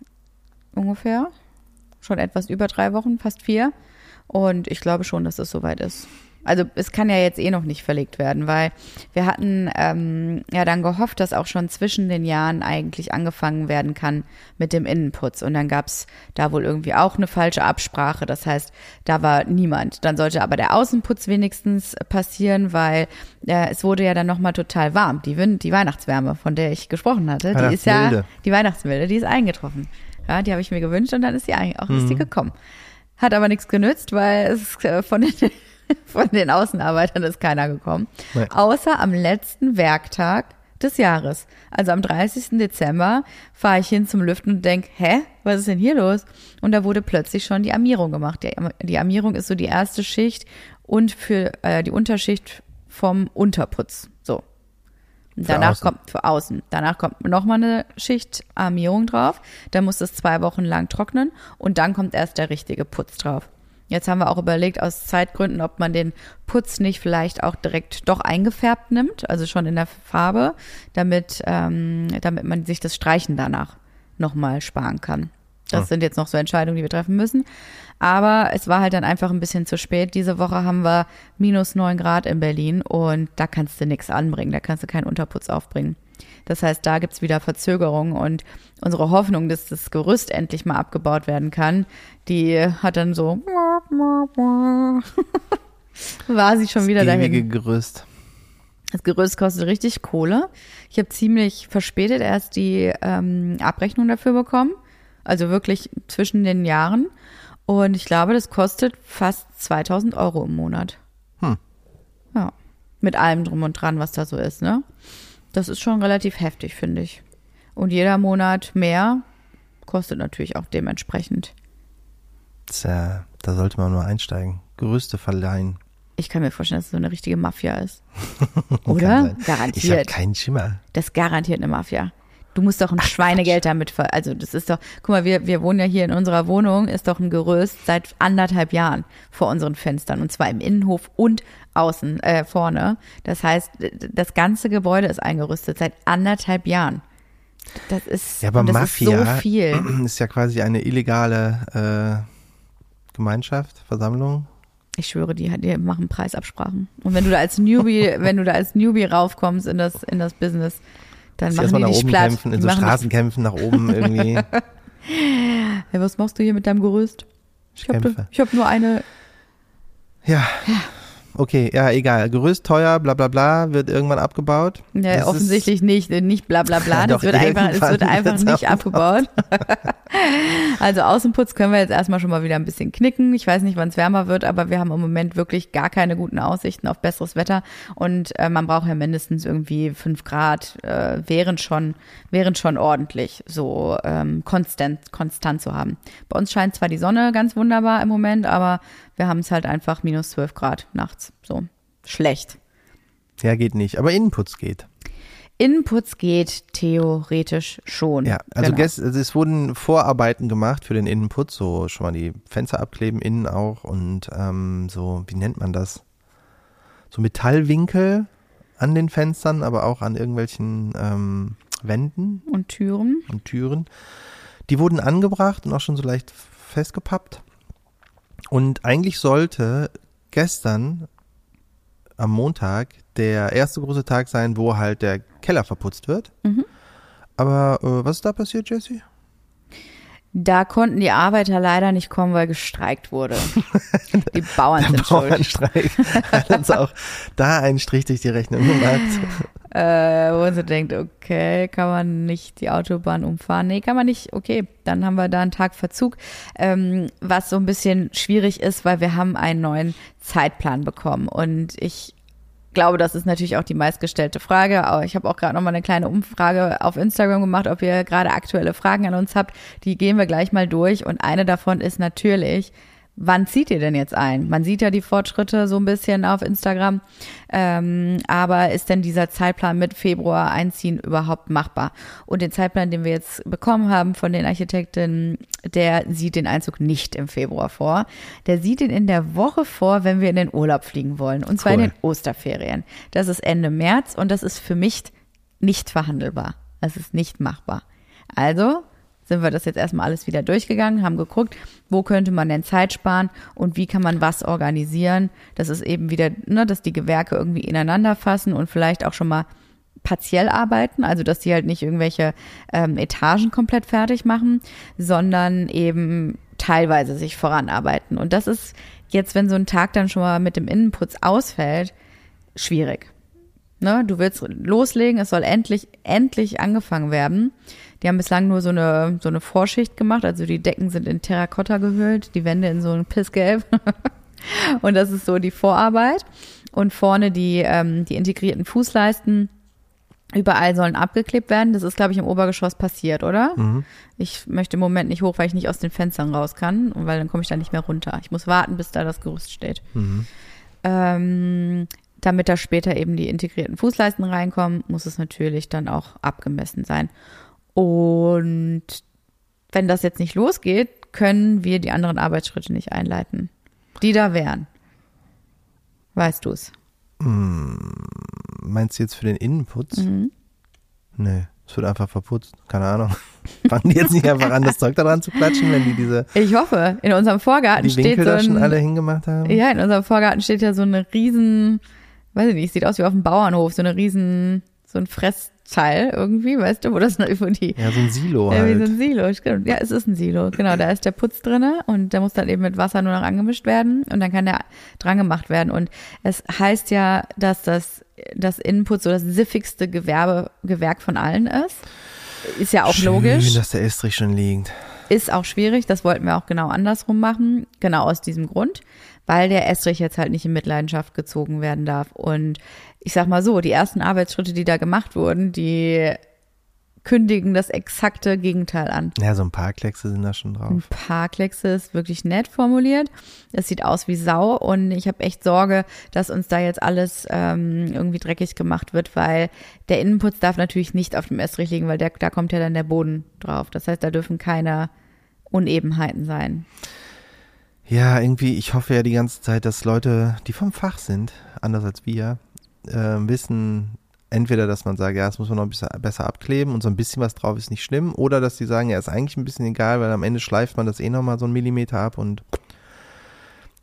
ungefähr. Schon etwas über drei Wochen, fast vier. Und ich glaube schon, dass es soweit ist. Also es kann ja jetzt eh noch nicht verlegt werden, weil wir hatten ähm, ja dann gehofft, dass auch schon zwischen den Jahren eigentlich angefangen werden kann mit dem Innenputz. Und dann gab's da wohl irgendwie auch eine falsche Absprache. Das heißt, da war niemand. Dann sollte aber der Außenputz wenigstens passieren, weil äh, es wurde ja dann nochmal total warm. Die, Wind, die Weihnachtswärme, von der ich gesprochen hatte, die ist ja, die Weihnachtsmilde, die ist eingetroffen. Ja, die habe ich mir gewünscht und dann ist die eigentlich auch, mhm. ist die gekommen. Hat aber nichts genützt, weil es äh, von den Von den Außenarbeitern ist keiner gekommen. Nee. Außer am letzten Werktag des Jahres. Also am dreißigsten Dezember fahre ich hin zum Lüften und denke, hä, was ist denn hier los? Und da wurde plötzlich schon die Armierung gemacht. Die, die Armierung ist so die erste Schicht und für äh, die Unterschicht vom Unterputz. So. Und danach außen. kommt für außen. Danach kommt nochmal eine Schicht Armierung drauf. Dann muss es zwei Wochen lang trocknen und dann kommt erst der richtige Putz drauf. Jetzt haben wir auch überlegt aus Zeitgründen, ob man den Putz nicht vielleicht auch direkt doch eingefärbt nimmt, also schon in der Farbe, damit, ähm, damit man sich das Streichen danach nochmal sparen kann. Das ja. sind jetzt noch so Entscheidungen, die wir treffen müssen. Aber es war halt dann einfach ein bisschen zu spät. Diese Woche haben wir minus neun Grad in Berlin und da kannst du nichts anbringen, da kannst du keinen Unterputz aufbringen. Das heißt, da gibt's wieder Verzögerungen und unsere Hoffnung, dass das Gerüst endlich mal abgebaut werden kann, die hat dann so war sie schon das wieder dahin. Das ewige Gerüst. Das Gerüst kostet richtig Kohle. Ich habe ziemlich verspätet erst die ähm, Abrechnung dafür bekommen, also wirklich zwischen den Jahren. Und ich glaube, das kostet fast zweitausend Euro im Monat. Hm. Ja, mit allem drum und dran, was da so ist, ne? Das ist schon relativ heftig, finde ich. Und jeder Monat mehr kostet natürlich auch dementsprechend. Tja, da sollte man nur einsteigen. Gerüste verleihen. Ich kann mir vorstellen, dass es so eine richtige Mafia ist. Oder? Garantiert. Ich habe keinen Schimmer. Das ist garantiert eine Mafia. Du musst doch ein Ach, Schweinegeld damit ver... Also das ist doch... Guck mal, wir, wir wohnen ja hier in unserer Wohnung, ist doch ein Gerüst seit anderthalb Jahren vor unseren Fenstern. Und zwar im Innenhof und außen, äh, vorne. Das heißt, das ganze Gebäude ist eingerüstet seit anderthalb Jahren. Das ist, ja, aber und das Mafia ist so viel. Ist ja quasi eine illegale Gemeinschaft, Versammlung? Ich schwöre, die, die machen Preisabsprachen. Und wenn du da als Newbie, wenn du da als Newbie raufkommst in das, in das Business, dann machen die nach dich oben platt. kämpfen, in Die so machen dich- Straßenkämpfen nach oben irgendwie. Hey, was machst du hier mit deinem Gerüst? Ich habe Kämpfe. ich hab nur eine. Ja. Okay, ja, egal. Gerüst teuer, bla bla bla, wird irgendwann abgebaut. Ja, Das offensichtlich nicht, nicht bla bla bla. Das Doch, wird einfach, es wird irgendwann einfach wird's nicht abgebaut. Also Außenputz können wir jetzt erstmal schon mal wieder ein bisschen knicken. Ich weiß nicht, wann es wärmer wird, aber wir haben im Moment wirklich gar keine guten Aussichten auf besseres Wetter. Und äh, man braucht ja mindestens irgendwie fünf Grad, äh, wären schon, wären schon ordentlich, so ähm, konstant, konstant zu haben. Bei uns scheint zwar die Sonne ganz wunderbar im Moment, aber wir haben es halt einfach minus zwölf Grad nachts. So, schlecht. Ja, geht nicht. Aber Innenputz geht. Innenputz geht theoretisch schon. Ja, also, Genau. gest, also es wurden Vorarbeiten gemacht für den Innenputz, so schon mal die Fenster abkleben, innen auch und ähm, so, wie nennt man das? So Metallwinkel an den Fenstern, aber auch an irgendwelchen ähm, Wänden Und Türen. und Türen. Die wurden angebracht und auch schon so leicht festgepappt. Und eigentlich sollte gestern am Montag der erste große Tag sein, wo halt der Keller verputzt wird. Mhm. Aber äh, was ist da passiert, Jessie? Da konnten die Arbeiter leider nicht kommen, weil gestreikt wurde. Die Bauern Der sind schuld. Bauernstreik hat uns auch da einen Strich durch die Rechnung gemacht. Äh, wo man so denkt, okay, kann man nicht die Autobahn umfahren? Nee, kann man nicht. Okay, dann haben wir da einen Tag Verzug, ähm, was so ein bisschen schwierig ist, weil wir haben einen neuen Zeitplan bekommen. Und ich glaube, das ist natürlich auch die meistgestellte Frage. Aber ich habe auch gerade noch mal eine kleine Umfrage auf Instagram gemacht, ob ihr gerade aktuelle Fragen an uns habt. Die gehen wir gleich mal durch. Und eine davon ist natürlich, wann zieht ihr denn jetzt ein? Man sieht ja die Fortschritte so ein bisschen auf Instagram. Ähm, aber ist denn dieser Zeitplan mit Februar einziehen überhaupt machbar? Und den Zeitplan, den wir jetzt bekommen haben von den Architekten, der sieht den Einzug nicht im Februar vor. Der sieht ihn in der Woche vor, wenn wir in den Urlaub fliegen wollen. Und zwar Cool. in den Osterferien. Das ist Ende März und das ist für mich nicht verhandelbar. Das ist nicht machbar. Also sind wir das jetzt erstmal alles wieder durchgegangen, haben geguckt, wo könnte man denn Zeit sparen und wie kann man was organisieren. Das ist eben wieder, ne, dass die Gewerke irgendwie ineinander fassen und vielleicht auch schon mal partiell arbeiten, also dass die halt nicht irgendwelche ähm, Etagen komplett fertig machen, sondern eben teilweise sich voranarbeiten. Und das ist jetzt, wenn so ein Tag dann schon mal mit dem Innenputz ausfällt, schwierig. Ne, du willst loslegen, es soll endlich, endlich angefangen werden. Die haben bislang nur so eine, so eine Vorschicht gemacht, also die Decken sind in Terrakotta gehüllt, die Wände in so ein Pissgelb. Und das ist so die Vorarbeit. Und vorne die, ähm, die integrierten Fußleisten, überall sollen abgeklebt werden. Das ist, glaube ich, im Obergeschoss passiert, oder? Mhm. Ich möchte im Moment nicht hoch, weil ich nicht aus den Fenstern raus kann, weil dann komme ich da nicht mehr runter. Ich muss warten, bis da das Gerüst steht. Mhm. Ähm, damit da später eben die integrierten Fußleisten reinkommen, muss es natürlich dann auch abgemessen sein. Und wenn das jetzt nicht losgeht, können wir die anderen Arbeitsschritte nicht einleiten, die da wären. Weißt du es? Meinst du jetzt für den Innenputz? Mhm. Nee, es wird einfach verputzt. Keine Ahnung. Fangen die jetzt nicht einfach an, das Zeug da dran zu klatschen, wenn die diese Ich hoffe, in unserem Vorgarten die steht Winkel so da schon ein, alle hingemacht haben? ja, in unserem Vorgarten steht ja so eine riesen, weiß ich nicht, sieht aus wie auf dem Bauernhof, so eine riesen, so ein Fressteil irgendwie, weißt du, wo das noch über die, Ja, so ein Silo ja, wie so halt. ein Silo, stimmt. Ja, es ist ein Silo, genau, da ist der Putz drinne und der muss dann eben mit Wasser nur noch angemischt werden und dann kann der dran gemacht werden und es heißt ja, dass das, das Innenputz so das siffigste Gewerbe, Gewerk von allen ist. Ist ja auch Schön, logisch. dass der Estrich schon liegt. Ist auch schwierig, das wollten wir auch genau andersrum machen, genau aus diesem Grund, weil der Estrich jetzt halt nicht in Mitleidenschaft gezogen werden darf. Und ich sag mal so, die ersten Arbeitsschritte, die da gemacht wurden, die kündigen das exakte Gegenteil an. Ja, so ein paar Kleckse sind da schon drauf. Ein paar Kleckse ist wirklich nett formuliert. Es sieht aus wie Sau und ich habe echt Sorge, dass uns da jetzt alles ähm, irgendwie dreckig gemacht wird, weil der Innenputz darf natürlich nicht auf dem Estrich liegen, weil der, da kommt ja dann der Boden drauf. Das heißt, da dürfen keine Unebenheiten sein. Ja, irgendwie, ich hoffe ja die ganze Zeit, dass Leute, die vom Fach sind, anders als wir, äh, wissen, entweder, dass man sagt, ja, das muss man noch ein bisschen besser abkleben und so ein bisschen was drauf ist nicht schlimm, oder dass die sagen, ja, ist eigentlich ein bisschen egal, weil am Ende schleift man das eh nochmal so einen Millimeter ab und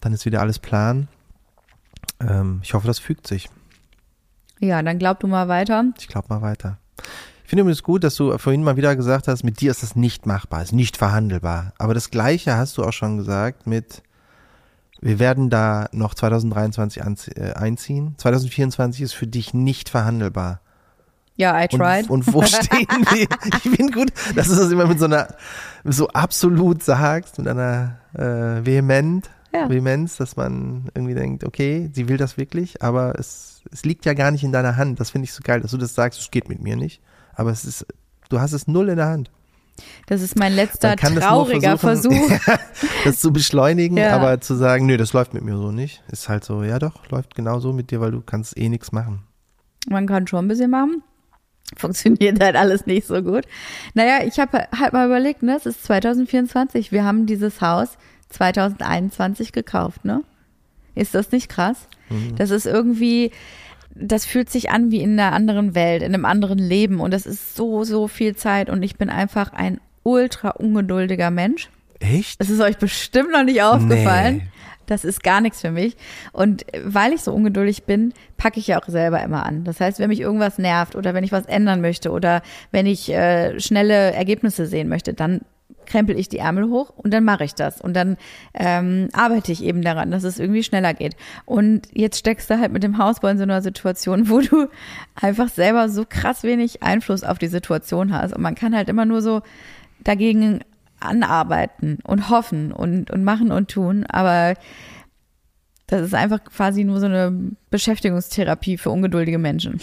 Dann ist wieder alles Plan. Ähm, ich hoffe, das fügt sich. Ja, dann glaub du mal weiter. Ich glaube mal weiter. Ich finde übrigens gut, dass du vorhin mal wieder gesagt hast, mit dir ist das nicht machbar, ist nicht verhandelbar. Aber das Gleiche hast du auch schon gesagt mit, wir werden da noch zwanzig dreiundzwanzig anzie- äh, einziehen. zwanzig vierundzwanzig ist für dich nicht verhandelbar. Ja, I tried. Und, und wo stehen wir? Ich finde gut, dass du das immer mit so einer, so absolut sagst, mit einer äh, Vehement, Ja. Vehemenz, dass man irgendwie denkt, okay, sie will das wirklich, aber es, es liegt ja gar nicht in deiner Hand. Das finde ich so geil, dass du das sagst, es geht mit mir nicht. Aber es ist, du hast es null in der Hand. Das ist mein letzter Man kann das nur trauriger versuchen, Versuch. das zu beschleunigen, Ja. aber zu sagen, nö, das läuft mit mir so nicht, ist halt so, ja doch, läuft genau so mit dir, weil du kannst eh nichts machen. Man kann schon ein bisschen machen. Funktioniert halt alles nicht so gut. Naja, ich habe halt mal überlegt, ne, es ist zwanzig vierundzwanzig. Wir haben dieses Haus zwanzig einundzwanzig gekauft, ne? Ist das nicht krass? Mhm. Das ist irgendwie, das fühlt sich an wie in einer anderen Welt, in einem anderen Leben. Und das ist so, so viel Zeit. Und ich bin einfach ein ultra ungeduldiger Mensch. Echt? Das ist euch bestimmt noch nicht aufgefallen. Nee. Das ist gar nichts für mich. Und weil ich so ungeduldig bin, packe ich ja auch selber immer an. Das heißt, wenn mich irgendwas nervt oder wenn ich was ändern möchte oder wenn ich äh, schnelle Ergebnisse sehen möchte, dann krempel ich die Ärmel hoch und dann mache ich das. Und dann ähm, arbeite ich eben daran, dass es irgendwie schneller geht. Und jetzt steckst du halt mit dem Hausbau in so einer Situation, wo du einfach selber so krass wenig Einfluss auf die Situation hast. Und man kann halt immer nur so dagegen anarbeiten und hoffen und, und machen und tun, aber das ist einfach quasi nur so eine Beschäftigungstherapie für ungeduldige Menschen.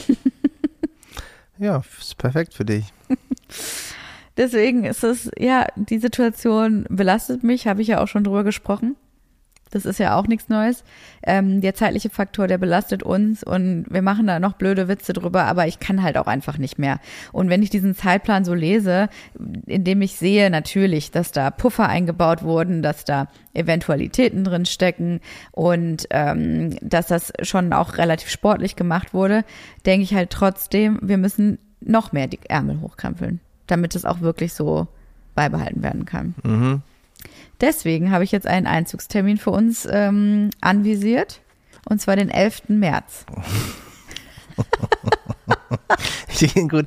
Ja, ist perfekt für dich. Deswegen ist es, ja, die Situation belastet mich, habe ich ja auch schon drüber gesprochen. Das ist ja auch nichts Neues. Ähm, der zeitliche Faktor, der belastet uns und wir machen da noch blöde Witze drüber, aber ich kann halt auch einfach nicht mehr. Und wenn ich diesen Zeitplan so lese, in dem ich sehe natürlich, dass da Puffer eingebaut wurden, dass da Eventualitäten drin stecken und ähm, dass das schon auch relativ sportlich gemacht wurde, denke ich halt trotzdem, wir müssen noch mehr die Ärmel hochkrempeln, damit es auch wirklich so beibehalten werden kann. Mhm. Deswegen habe ich jetzt einen Einzugstermin für uns ähm, anvisiert, und zwar den elften März. Gut.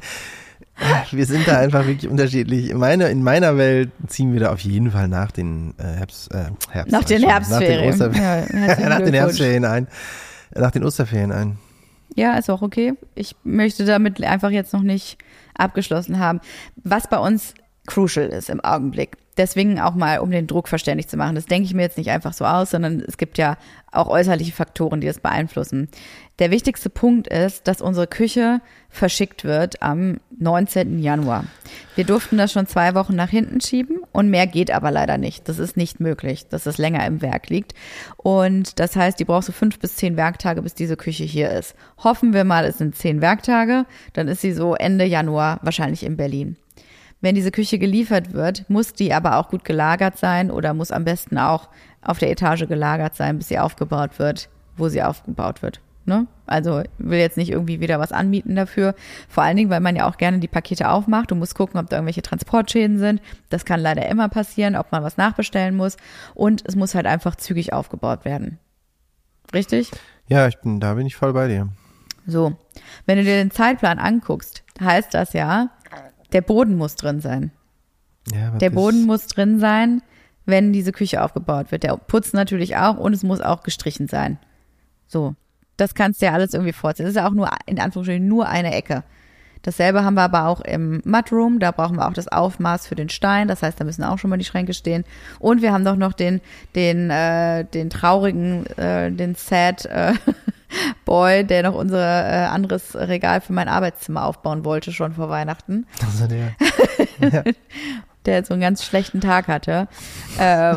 Wir sind da einfach wirklich unterschiedlich. In meiner, in meiner Welt ziehen wir da auf jeden Fall nach den äh, Herbst, äh, Herbst. Nach den Herbstferien. Nach den, Ja, nach den Herbstferien ein. Nach den Osterferien ein. Ja, ist auch okay. Ich möchte damit einfach jetzt noch nicht abgeschlossen haben. Was bei uns crucial ist im Augenblick. Deswegen auch mal, um den Druck verständlich zu machen. Das denke ich mir jetzt nicht einfach so aus, sondern es gibt ja auch äußerliche Faktoren, die das beeinflussen. Der wichtigste Punkt ist, dass unsere Küche verschickt wird am neunzehnten Januar. Wir durften das schon zwei Wochen nach hinten schieben und mehr geht aber leider nicht. Das ist nicht möglich, dass es länger im Werk liegt. Und das heißt, die brauchst du fünf bis zehn Werktage, bis diese Küche hier ist. Hoffen wir mal, es sind zehn Werktage, dann ist sie so Ende Januar wahrscheinlich in Berlin. Wenn diese Küche geliefert wird, muss die aber auch gut gelagert sein oder muss am besten auch auf der Etage gelagert sein, bis sie aufgebaut wird, wo sie aufgebaut wird. Ne? Also ich will jetzt nicht irgendwie wieder was anmieten dafür. Vor allen Dingen, weil man ja auch gerne die Pakete aufmacht. Du musst gucken, ob da irgendwelche Transportschäden sind. Das kann leider immer passieren, ob man was nachbestellen muss. Und es muss halt einfach zügig aufgebaut werden. Richtig? Ja, ich bin, da bin ich voll bei dir. So, wenn du dir den Zeitplan anguckst, heißt das ja, der Boden muss drin sein. Ja, Der Boden muss drin sein, wenn diese Küche aufgebaut wird. Der Putz natürlich auch und es muss auch gestrichen sein. So, das kannst du ja alles irgendwie vorziehen. Das ist ja auch nur, in Anführungsstrichen, nur eine Ecke. Dasselbe haben wir aber auch im Mudroom. Da brauchen wir auch das Aufmaß für den Stein. Das heißt, da müssen auch schon mal die Schränke stehen. Und wir haben doch noch den, den, äh, den traurigen, äh, den sad äh, Boy, der noch unser äh, anderes Regal für mein Arbeitszimmer aufbauen wollte, schon vor Weihnachten. Also der, ja. Der jetzt so einen ganz schlechten Tag hatte. Äh,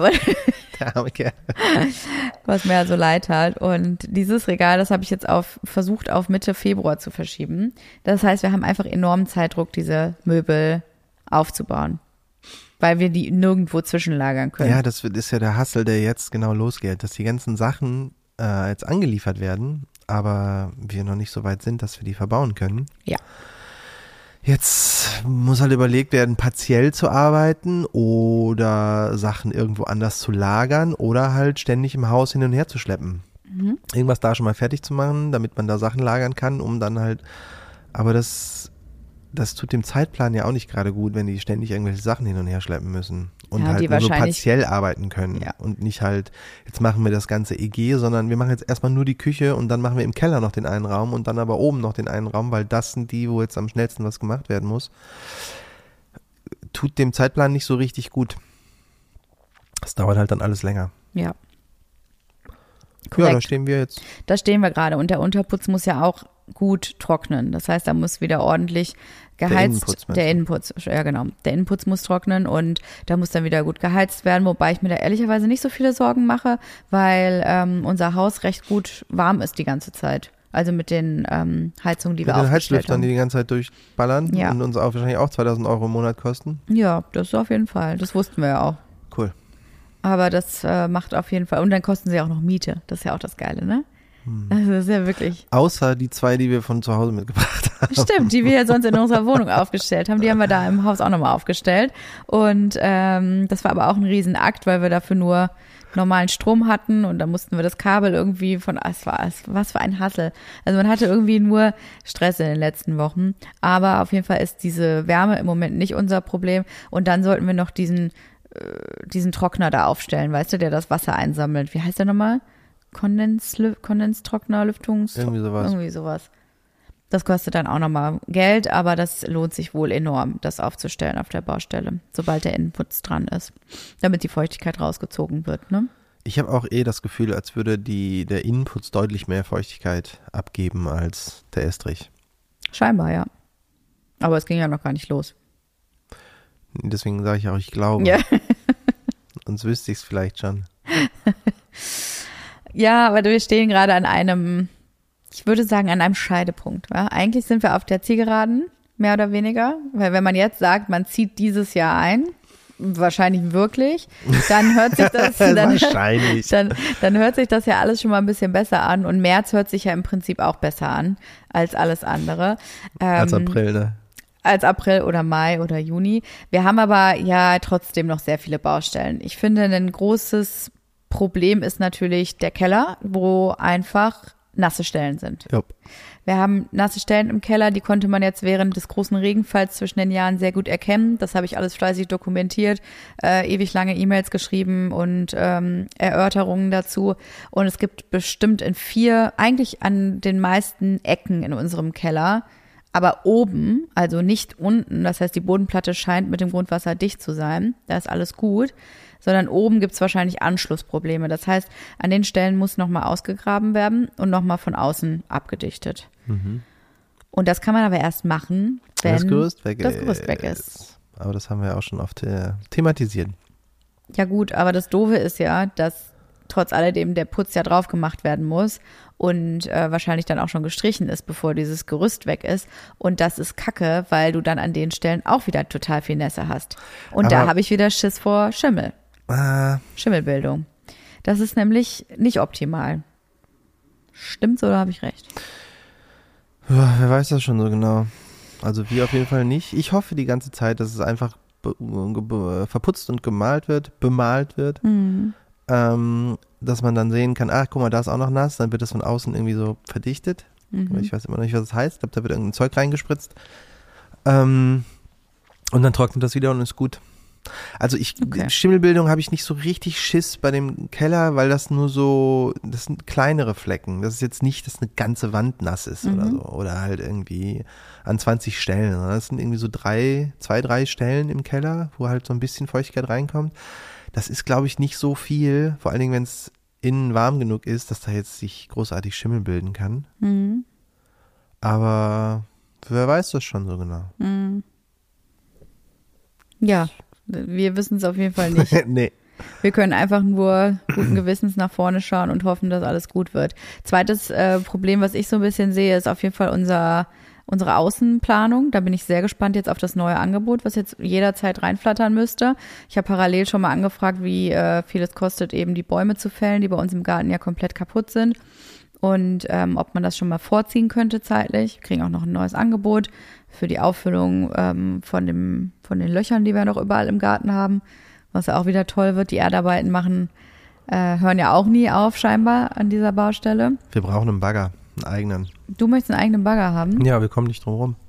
der arme Kerl. Was mir also leid hat. Und dieses Regal, das habe ich jetzt auf versucht, auf Mitte Februar zu verschieben. Das heißt, wir haben einfach enormen Zeitdruck, diese Möbel aufzubauen. Weil wir die nirgendwo zwischenlagern können. Ja, das ist ja der Hassel, der jetzt genau losgeht, dass die ganzen Sachen äh, jetzt angeliefert werden, aber wir noch nicht so weit sind, dass wir die verbauen können. Ja. Jetzt muss halt überlegt werden, partiell zu arbeiten oder Sachen irgendwo anders zu lagern oder halt ständig im Haus hin und her zu schleppen. Mhm. Irgendwas da schon mal fertig zu machen, damit man da Sachen lagern kann, um dann halt, aber das, das tut dem Zeitplan ja auch nicht gerade gut, wenn die ständig irgendwelche Sachen hin und her schleppen müssen und Ja, halt die nur so wahrscheinlich- partiell arbeiten können Ja. und nicht halt, jetzt machen wir das ganze E G, sondern wir machen jetzt erstmal nur die Küche und dann machen wir im Keller noch den einen Raum und dann aber oben noch den einen Raum, weil das sind die, wo jetzt am schnellsten was gemacht werden muss. Tut dem Zeitplan nicht so richtig gut. Das dauert halt dann alles länger. Ja. Ja, da Korrekt. stehen wir jetzt. Da stehen wir gerade und der Unterputz muss ja auch gut trocknen. Das heißt, da muss wieder ordentlich geheizt. Innenputz, meinst der du? Innenputz, ja genau. Der Innenputz muss trocknen und da muss dann wieder gut geheizt werden, wobei ich mir da ehrlicherweise nicht so viele Sorgen mache, weil ähm, unser Haus recht gut warm ist die ganze Zeit. Also mit den ähm, Heizungen, die Mit wir den aufgestellt Heizlüftern, die haben. die ganze Zeit durchballern Ja. und uns auch wahrscheinlich auch zweitausend Euro im Monat kosten. Ja, das auf jeden Fall. Das wussten wir ja auch. Cool. Aber das äh, macht auf jeden Fall. Und dann kosten sie auch noch Miete. Das ist ja auch das Geile, ne? Hm. Also das ist ja wirklich. Außer die zwei, die wir von zu Hause mitgebracht haben. Stimmt, die wir ja sonst in unserer Wohnung aufgestellt haben. Die haben wir da im Haus auch nochmal aufgestellt. Und ähm, das war aber auch ein Riesenakt, weil wir dafür nur normalen Strom hatten und da mussten wir das Kabel irgendwie von, es war, es, was für ein Hassel. Also man hatte irgendwie nur Stress in den letzten Wochen. Aber auf jeden Fall ist diese Wärme im Moment nicht unser Problem. Und dann sollten wir noch diesen diesen Trockner da aufstellen, weißt du, der das Wasser einsammelt. Wie heißt der nochmal? Kondens, Kondenstrockner, Lüftungs... Irgendwie sowas. Irgendwie sowas. Das kostet dann auch nochmal Geld, aber das lohnt sich wohl enorm, das aufzustellen auf der Baustelle, sobald der Input dran ist, damit die Feuchtigkeit rausgezogen wird, ne? Ich habe auch eh das Gefühl, als würde die, der Innenputz deutlich mehr Feuchtigkeit abgeben als der Estrich. Scheinbar, ja. Aber es ging ja noch gar nicht los. Deswegen sage ich auch, ich glaube. Ja. Sonst wüsste ich es vielleicht schon. Ja, aber wir stehen gerade an einem, ich würde sagen, an einem Scheidepunkt. Ja? Eigentlich sind wir auf der Zielgeraden, mehr oder weniger. Weil wenn man jetzt sagt, man zieht dieses Jahr ein, wahrscheinlich wirklich, dann hört sich das, dann, Wahrscheinlich. dann, dann hört sich das ja alles schon mal ein bisschen besser an. Und März hört sich ja im Prinzip auch besser an als alles andere. Als Ähm, April, ne? als April oder Mai oder Juni. Wir haben aber ja trotzdem noch sehr viele Baustellen. Ich finde, ein großes Problem ist natürlich der Keller, wo einfach nasse Stellen sind. Jupp. Wir haben nasse Stellen im Keller, die konnte man jetzt während des großen Regenfalls zwischen den Jahren sehr gut erkennen. Das habe ich alles fleißig dokumentiert, äh, ewig lange E-Mails geschrieben und ähm, Erörterungen dazu. Und es gibt bestimmt in vier, eigentlich an den meisten Ecken in unserem Keller, aber oben, also nicht unten, das heißt, die Bodenplatte scheint mit dem Grundwasser dicht zu sein, da ist alles gut, sondern oben gibt es wahrscheinlich Anschlussprobleme. Das heißt, an den Stellen muss nochmal ausgegraben werden und nochmal von außen abgedichtet. Mhm. Und das kann man aber erst machen, wenn das Gerüst weg das ist. Gerüst weg ist. Aber das haben wir ja auch schon oft äh, thematisiert. Ja gut, aber das Doofe ist ja, dass trotz alledem der Putz ja drauf gemacht werden muss und äh, wahrscheinlich dann auch schon gestrichen ist, bevor dieses Gerüst weg ist. Und das ist Kacke, weil du dann an den Stellen auch wieder total viel Nässe hast. Und Aber- da habe ich wieder Schiss vor Schimmel, Ah, Schimmelbildung. Das ist nämlich nicht optimal. Stimmt's oder habe ich recht? ja, wer weiß das schon so genau. Also wir auf jeden Fall nicht. Ich hoffe die ganze Zeit, dass es einfach be- be- verputzt und gemalt wird, bemalt wird. Mhm. Ähm, dass man dann sehen kann, ach guck mal, da ist auch noch nass, dann wird das von außen irgendwie so verdichtet. Mhm. Ich weiß immer noch nicht, was es heißt. Ich glaube, da wird irgendein Zeug reingespritzt. Ähm, und dann trocknet das wieder und ist gut. Also ich, Okay. Schimmelbildung habe ich nicht so richtig Schiss bei dem Keller, weil das nur so, das sind kleinere Flecken. Das ist jetzt nicht, dass eine ganze Wand nass ist oder Mhm. so. Oder halt irgendwie an zwanzig Stellen. Das sind irgendwie so drei, zwei, drei Stellen im Keller, wo halt so ein bisschen Feuchtigkeit reinkommt. Das ist, glaube ich, nicht so viel, vor allen Dingen, wenn es innen warm genug ist, dass da jetzt sich großartig Schimmel bilden kann. Mhm. Aber wer weiß das schon so genau? Mhm. Ja, wir wissen es auf jeden Fall nicht. nee. Wir können einfach nur guten Gewissens nach vorne schauen und hoffen, dass alles gut wird. Zweites äh, Problem, was ich so ein bisschen sehe, ist auf jeden Fall unser, unsere Außenplanung. Da bin ich sehr gespannt jetzt auf das neue Angebot, was jetzt jederzeit reinflattern müsste. Ich habe parallel schon mal angefragt, wie äh, viel es kostet, eben die Bäume zu fällen, die bei uns im Garten ja komplett kaputt sind. und ähm, ob man das schon mal vorziehen könnte zeitlich. Wir kriegen auch noch ein neues Angebot für die Auffüllung ähm, von, dem, von den Löchern, die wir noch überall im Garten haben, was ja auch wieder toll wird. Die Erdarbeiten machen, äh, hören ja auch nie auf scheinbar an dieser Baustelle. Wir brauchen einen Bagger, einen eigenen. Du möchtest einen eigenen Bagger haben? Ja, wir kommen nicht drum rum.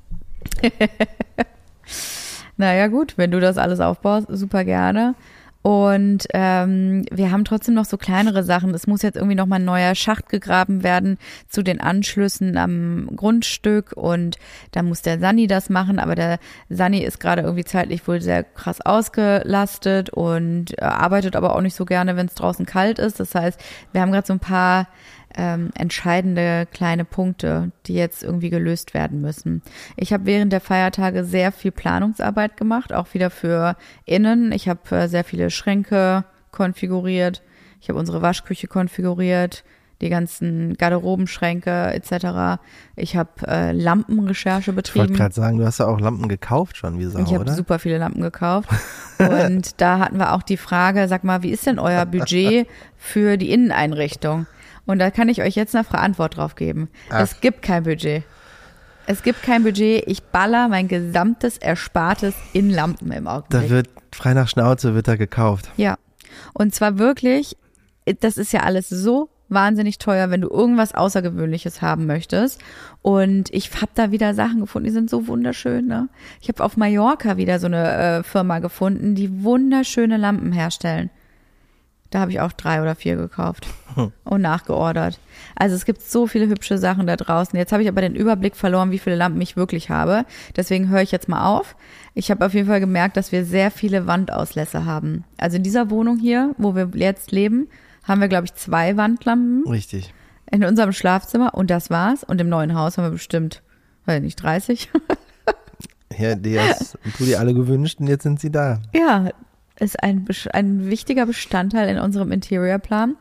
Naja gut, wenn du das alles aufbaust, super gerne. Und ähm, wir haben trotzdem noch so kleinere Sachen. Es muss jetzt irgendwie nochmal ein neuer Schacht gegraben werden zu den Anschlüssen am Grundstück und da muss der Sani das machen, aber der Sani ist gerade irgendwie zeitlich wohl sehr krass ausgelastet und äh, arbeitet aber auch nicht so gerne, wenn es draußen kalt ist. Das heißt, wir haben gerade so ein paar ähm, entscheidende kleine Punkte, die jetzt irgendwie gelöst werden müssen. Ich habe während der Feiertage sehr viel Planungsarbeit gemacht, auch wieder für innen. Ich habe äh, sehr viele Schränke konfiguriert. Ich habe unsere Waschküche konfiguriert, die ganzen Garderobenschränke et cetera. Ich habe äh, Lampenrecherche betrieben. Ich wollte gerade sagen, du hast ja auch Lampen gekauft schon, wie Sau, Ich habe super viele Lampen gekauft. Und da hatten wir auch die Frage, sag mal, wie ist denn euer Budget für die Inneneinrichtung? Und da kann ich euch jetzt eine Antwort drauf geben. Ach. Es gibt kein Budget. Es gibt kein Budget. Ich baller mein gesamtes Erspartes in Lampen im Augenblick. Da wird frei nach Schnauze wird da gekauft. Ja. Und zwar wirklich, das ist ja alles so wahnsinnig teuer, wenn du irgendwas Außergewöhnliches haben möchtest. Und ich habe da wieder Sachen gefunden, die sind so wunderschön. Ne? Ich habe auf Mallorca wieder so eine äh, Firma gefunden, die wunderschöne Lampen herstellen. Da habe ich auch drei oder vier gekauft und nachgeordert. Also es gibt so viele hübsche Sachen da draußen. Jetzt habe ich aber den Überblick verloren, wie viele Lampen ich wirklich habe. Deswegen höre ich jetzt mal auf. Ich habe auf jeden Fall gemerkt, dass wir sehr viele Wandauslässe haben. Also in dieser Wohnung hier, wo wir jetzt leben, haben wir, glaube ich, zwei Wandlampen. Richtig. In unserem Schlafzimmer und das war's. Und im neuen Haus haben wir bestimmt, weiß nicht, dreißig. Ja, die hast du dir alle gewünscht und jetzt sind sie da. Ja, ist ein, ein wichtiger Bestandteil in unserem Interiorplan.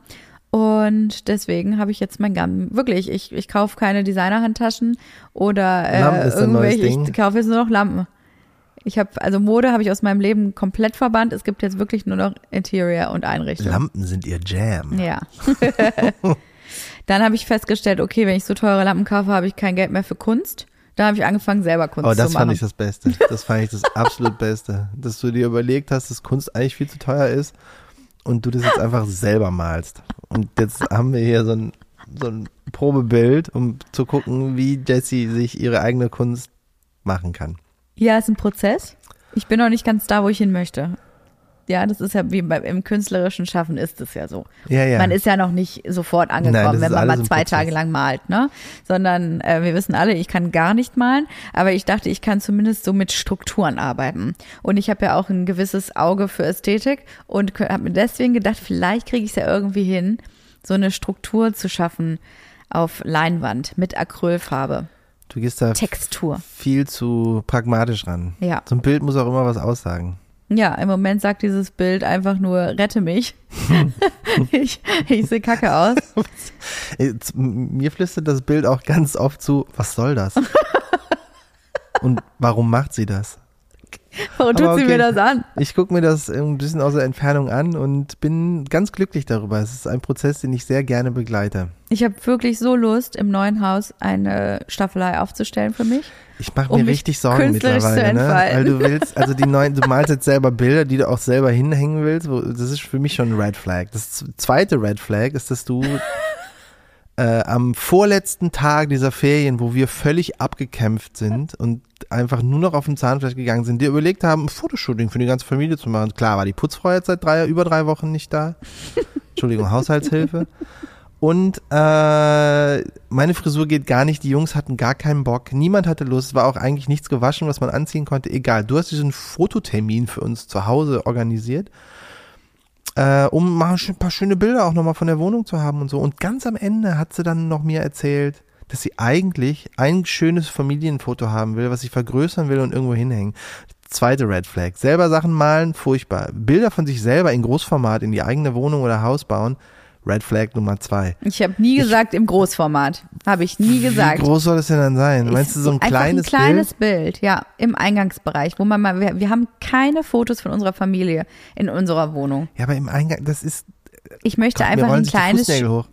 Und deswegen habe ich jetzt mein Gamm, wirklich, ich, ich kaufe keine Designer-Handtaschen oder äh, irgendwelche, ich kaufe jetzt nur noch Lampen. Ich habe, also Mode habe ich aus meinem Leben komplett verbannt. Es gibt jetzt wirklich nur noch Interior und Einrichtung. Lampen sind ihr Jam. Ja. Dann habe ich festgestellt, okay, wenn ich so teure Lampen kaufe, habe ich kein Geld mehr für Kunst. Da habe ich angefangen, selber Kunst oh, zu machen. Oh, das fand ich das Beste. Das fand ich das absolut Beste. Dass du dir überlegt hast, dass Kunst eigentlich viel zu teuer ist und du das jetzt einfach selber malst. Und jetzt haben wir hier so ein, so ein Probebild, um zu gucken, wie Jessie sich ihre eigene Kunst machen kann. Ja, ist ein Prozess. Ich bin noch nicht ganz da, wo ich hin möchte. Ja, das ist ja wie beim im künstlerischen Schaffen ist es ja so. Ja, ja. Man ist ja noch nicht sofort angekommen, Nein, wenn man mal zwei Tage lang malt, ne? Sondern äh, wir wissen alle, ich kann gar nicht malen, aber ich dachte, ich kann zumindest so mit Strukturen arbeiten. Und ich habe ja auch ein gewisses Auge für Ästhetik und habe mir deswegen gedacht, vielleicht kriege ich es ja irgendwie hin, so eine Struktur zu schaffen auf Leinwand mit Acrylfarbe. Du gehst da Textur. viel zu pragmatisch ran. Ja. So ein Bild muss auch immer was aussagen. Ja, im Moment sagt dieses Bild einfach nur, rette mich. ich ich sehe kacke aus. Jetzt, mir flüstert das Bild auch ganz oft zu, was soll das? Und warum macht sie das? Warum tut okay, sie mir das an? Ich gucke mir das ein bisschen aus der Entfernung an und bin ganz glücklich darüber. Es ist ein Prozess, den ich sehr gerne begleite. Ich habe wirklich so Lust, im neuen Haus eine Staffelei aufzustellen für mich. Ich mache um mir richtig Sorgen mittlerweile, ne? Weil du willst, also die neuen, du malst jetzt selber Bilder, die du auch selber hinhängen willst. Wo, das ist für mich schon ein Red Flag. Das zweite Red Flag ist, dass du äh, am vorletzten Tag dieser Ferien, wo wir völlig abgekämpft sind und einfach nur noch auf dem Zahnfleisch gegangen sind, dir überlegt haben, ein Fotoshooting für die ganze Familie zu machen. Klar, war die Putzfrau jetzt seit drei, über drei Wochen nicht da. Entschuldigung, Haushaltshilfe. Und äh, meine Frisur geht gar nicht, die Jungs hatten gar keinen Bock, niemand hatte Lust, es war auch eigentlich nichts gewaschen, was man anziehen konnte, egal. Du hast diesen Fototermin für uns zu Hause organisiert, äh, um mal ein paar schöne Bilder auch nochmal von der Wohnung zu haben und so. Und ganz am Ende hat sie dann noch mir erzählt, dass sie eigentlich ein schönes Familienfoto haben will, was sie vergrößern will und irgendwo hinhängen. Zweite Red Flag, selber Sachen malen, furchtbar. Bilder von sich selber in Großformat in die eigene Wohnung oder Haus bauen, Red Flag Nummer zwei. Ich habe nie gesagt ich, im Großformat. Habe ich nie gesagt. Wie groß soll das denn dann sein? Meinst du so ein kleines Bild? Ein kleines Bild? Bild, ja, im Eingangsbereich, wo man mal, wir, wir haben keine Fotos von unserer Familie in unserer Wohnung. Ja, aber im Eingang, das ist. Ich möchte Gott, einfach mir ein sich die kleines. Fußnägel hoch.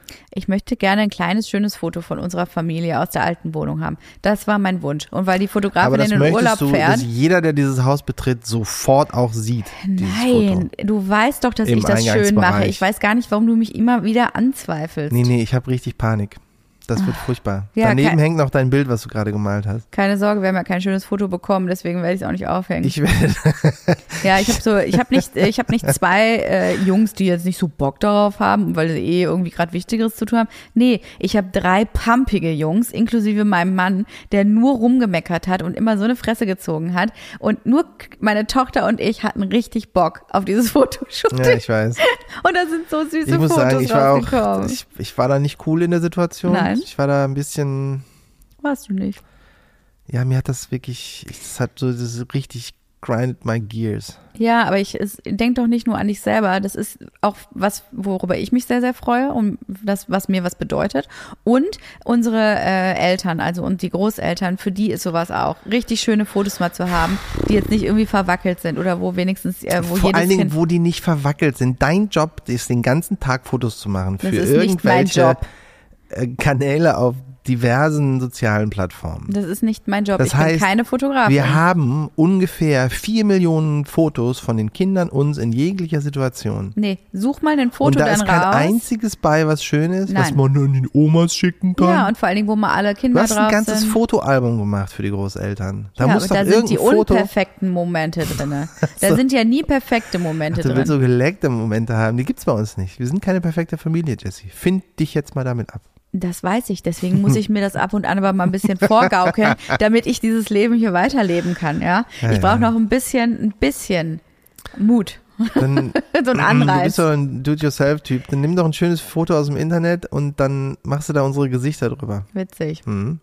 Ich möchte gerne ein kleines, schönes Foto von unserer Familie aus der alten Wohnung haben. Das war mein Wunsch. Und weil die Fotografin Aber das in den möchtest Urlaub du, fährt. dass jeder, der dieses Haus betritt, sofort auch sieht. Nein, du weißt doch, dass Im ich das schön Eingangsbereich. mache. Ich weiß gar nicht, warum du mich immer wieder anzweifelst. Nee, nee, ich habe richtig Panik. Das wird furchtbar. Ja, Daneben kein- hängt noch dein Bild, was du gerade gemalt hast. Keine Sorge, wir haben ja kein schönes Foto bekommen, deswegen werde ich es auch nicht aufhängen. Ich werde, ja, ich habe so, ich habe nicht, ich habe nicht zwei äh, Jungs, die jetzt nicht so Bock darauf haben, weil sie eh irgendwie gerade Wichtigeres zu tun haben. Nee, ich habe drei pumpige Jungs, inklusive meinem Mann, der nur rumgemeckert hat und immer so eine Fresse gezogen hat. Und nur meine Tochter und ich hatten richtig Bock auf dieses Fotoshooting. ja, ich weiß. Und da sind so süße Ich muss Fotos sagen, ich war rausgekommen. auch, ich, ich war da nicht cool in der Situation. Nein. Ich war da ein bisschen, Warst du nicht? ja, mir hat das wirklich, es hat so das richtig grinded my gears. Ja, aber ich es, denk doch nicht nur an dich selber. Das ist auch was, worüber ich mich sehr, sehr freue und das, was mir was bedeutet. Und unsere äh, Eltern, also und die Großeltern, für die ist sowas auch. Richtig schöne Fotos mal zu haben, die jetzt nicht irgendwie verwackelt sind oder wo wenigstens, äh, wo Vor jedes allen Dingen, Kind, wo die nicht verwackelt sind. Dein Job ist, den ganzen Tag Fotos zu machen für Das ist nicht mein irgendwelche Job. äh, Kanäle auf diversen sozialen Plattformen. das ist nicht mein Job. Das ich heißt, bin keine Fotografin. Wir haben ungefähr vier Millionen Fotos von den Kindern uns in jeglicher Situation. Nee, such mal ein Foto Und da dann ist kein raus. einziges bei, was schön ist, was Nein. man an die Omas schicken kann. Ja, und vor allen Dingen, wo mal alle Du Kinder hast drauf ein ganzes sind. Fotoalbum gemacht für die Großeltern. Da ja, muss aber doch da sind die irgendein Foto. unperfekten Momente drin. Da So. sind ja nie perfekte Momente Du drin. willst so geleckte Momente haben. Die gibt's bei uns nicht. Wir sind keine perfekte Familie, Jessie. Find dich jetzt mal damit ab. Das weiß ich, deswegen muss ich mir das ab und an aber mal ein bisschen vorgaukeln, damit ich dieses Leben hier weiterleben kann, ja. Ja, ich brauche ja. noch ein bisschen, ein bisschen Mut, Dann, so ein du Anreiz. bist doch ein Do-it-yourself-Typ. Dann nimm doch ein schönes Foto aus dem Internet und dann machst du da unsere Gesichter drüber. Witzig. Mhm.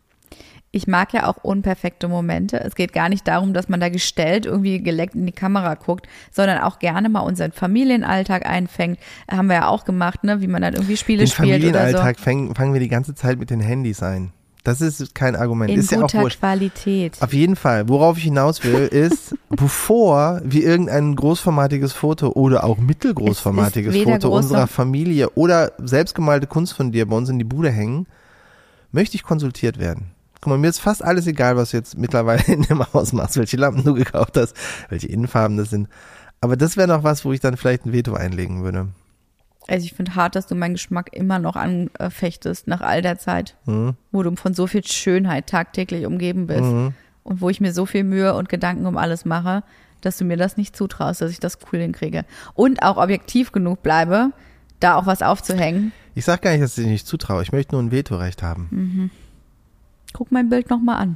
Ich mag ja auch unperfekte Momente. Es geht gar nicht darum, dass man da gestellt irgendwie geleckt in die Kamera guckt, sondern auch gerne mal unseren Familienalltag einfängt. Haben wir ja auch gemacht, ne, wie man dann irgendwie Spiele Den spielt oder so. Familienalltag fangen, fangen wir die ganze Zeit mit den Handys ein. Das ist kein Argument. In ist ja auch guter wurscht. Qualität. Auf jeden Fall. Worauf ich hinaus will, ist, bevor wir irgendein großformatiges Foto oder auch mittelgroßformatiges Es ist weder Foto groß unserer noch- Familie oder selbstgemalte Kunst von dir bei uns in die Bude hängen, möchte ich konsultiert werden. Guck mal, mir ist fast alles egal, was du jetzt mittlerweile in dem Haus machst, welche Lampen du gekauft hast, welche Innenfarben das sind. Aber das wäre noch was, wo ich dann vielleicht ein Veto einlegen würde. Also ich finde hart, dass du meinen Geschmack immer noch anfechtest nach all der Zeit, Mhm. wo du von so viel Schönheit tagtäglich umgeben bist Mhm. und wo ich mir so viel Mühe und Gedanken um alles mache, dass du mir das nicht zutraust, dass ich das cool hinkriege. Und auch objektiv genug bleibe, da auch was aufzuhängen. Ich sag gar nicht, dass ich dir nicht zutraue. Ich möchte nur ein Vetorecht haben. Mhm. Guck mein Bild nochmal an.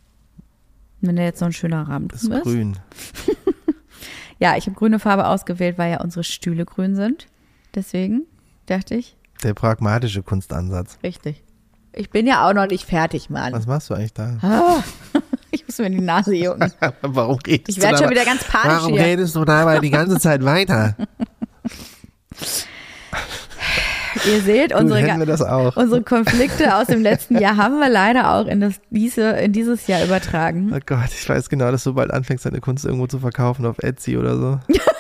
Wenn der jetzt so ein schöner Rahmen Das drin ist ist. grün. Ja, ich habe grüne Farbe ausgewählt, weil ja unsere Stühle grün sind. Deswegen dachte ich, Der pragmatische Kunstansatz. richtig. Ich bin ja auch noch nicht fertig, Mann. Was machst du eigentlich da? Ah, ich muss mir in die Nase jucken. Warum redest Ich du werde schon dabei- wieder ganz panisch Warum hier. redest du dabei die ganze Zeit weiter? Ihr seht, Gut, unsere, hätten wir das auch. unsere Konflikte aus dem letzten Jahr haben wir leider auch in, das, diese, in dieses Jahr übertragen. Oh Gott, ich weiß genau, dass du bald anfängst, deine Kunst irgendwo zu verkaufen auf Etsy oder so.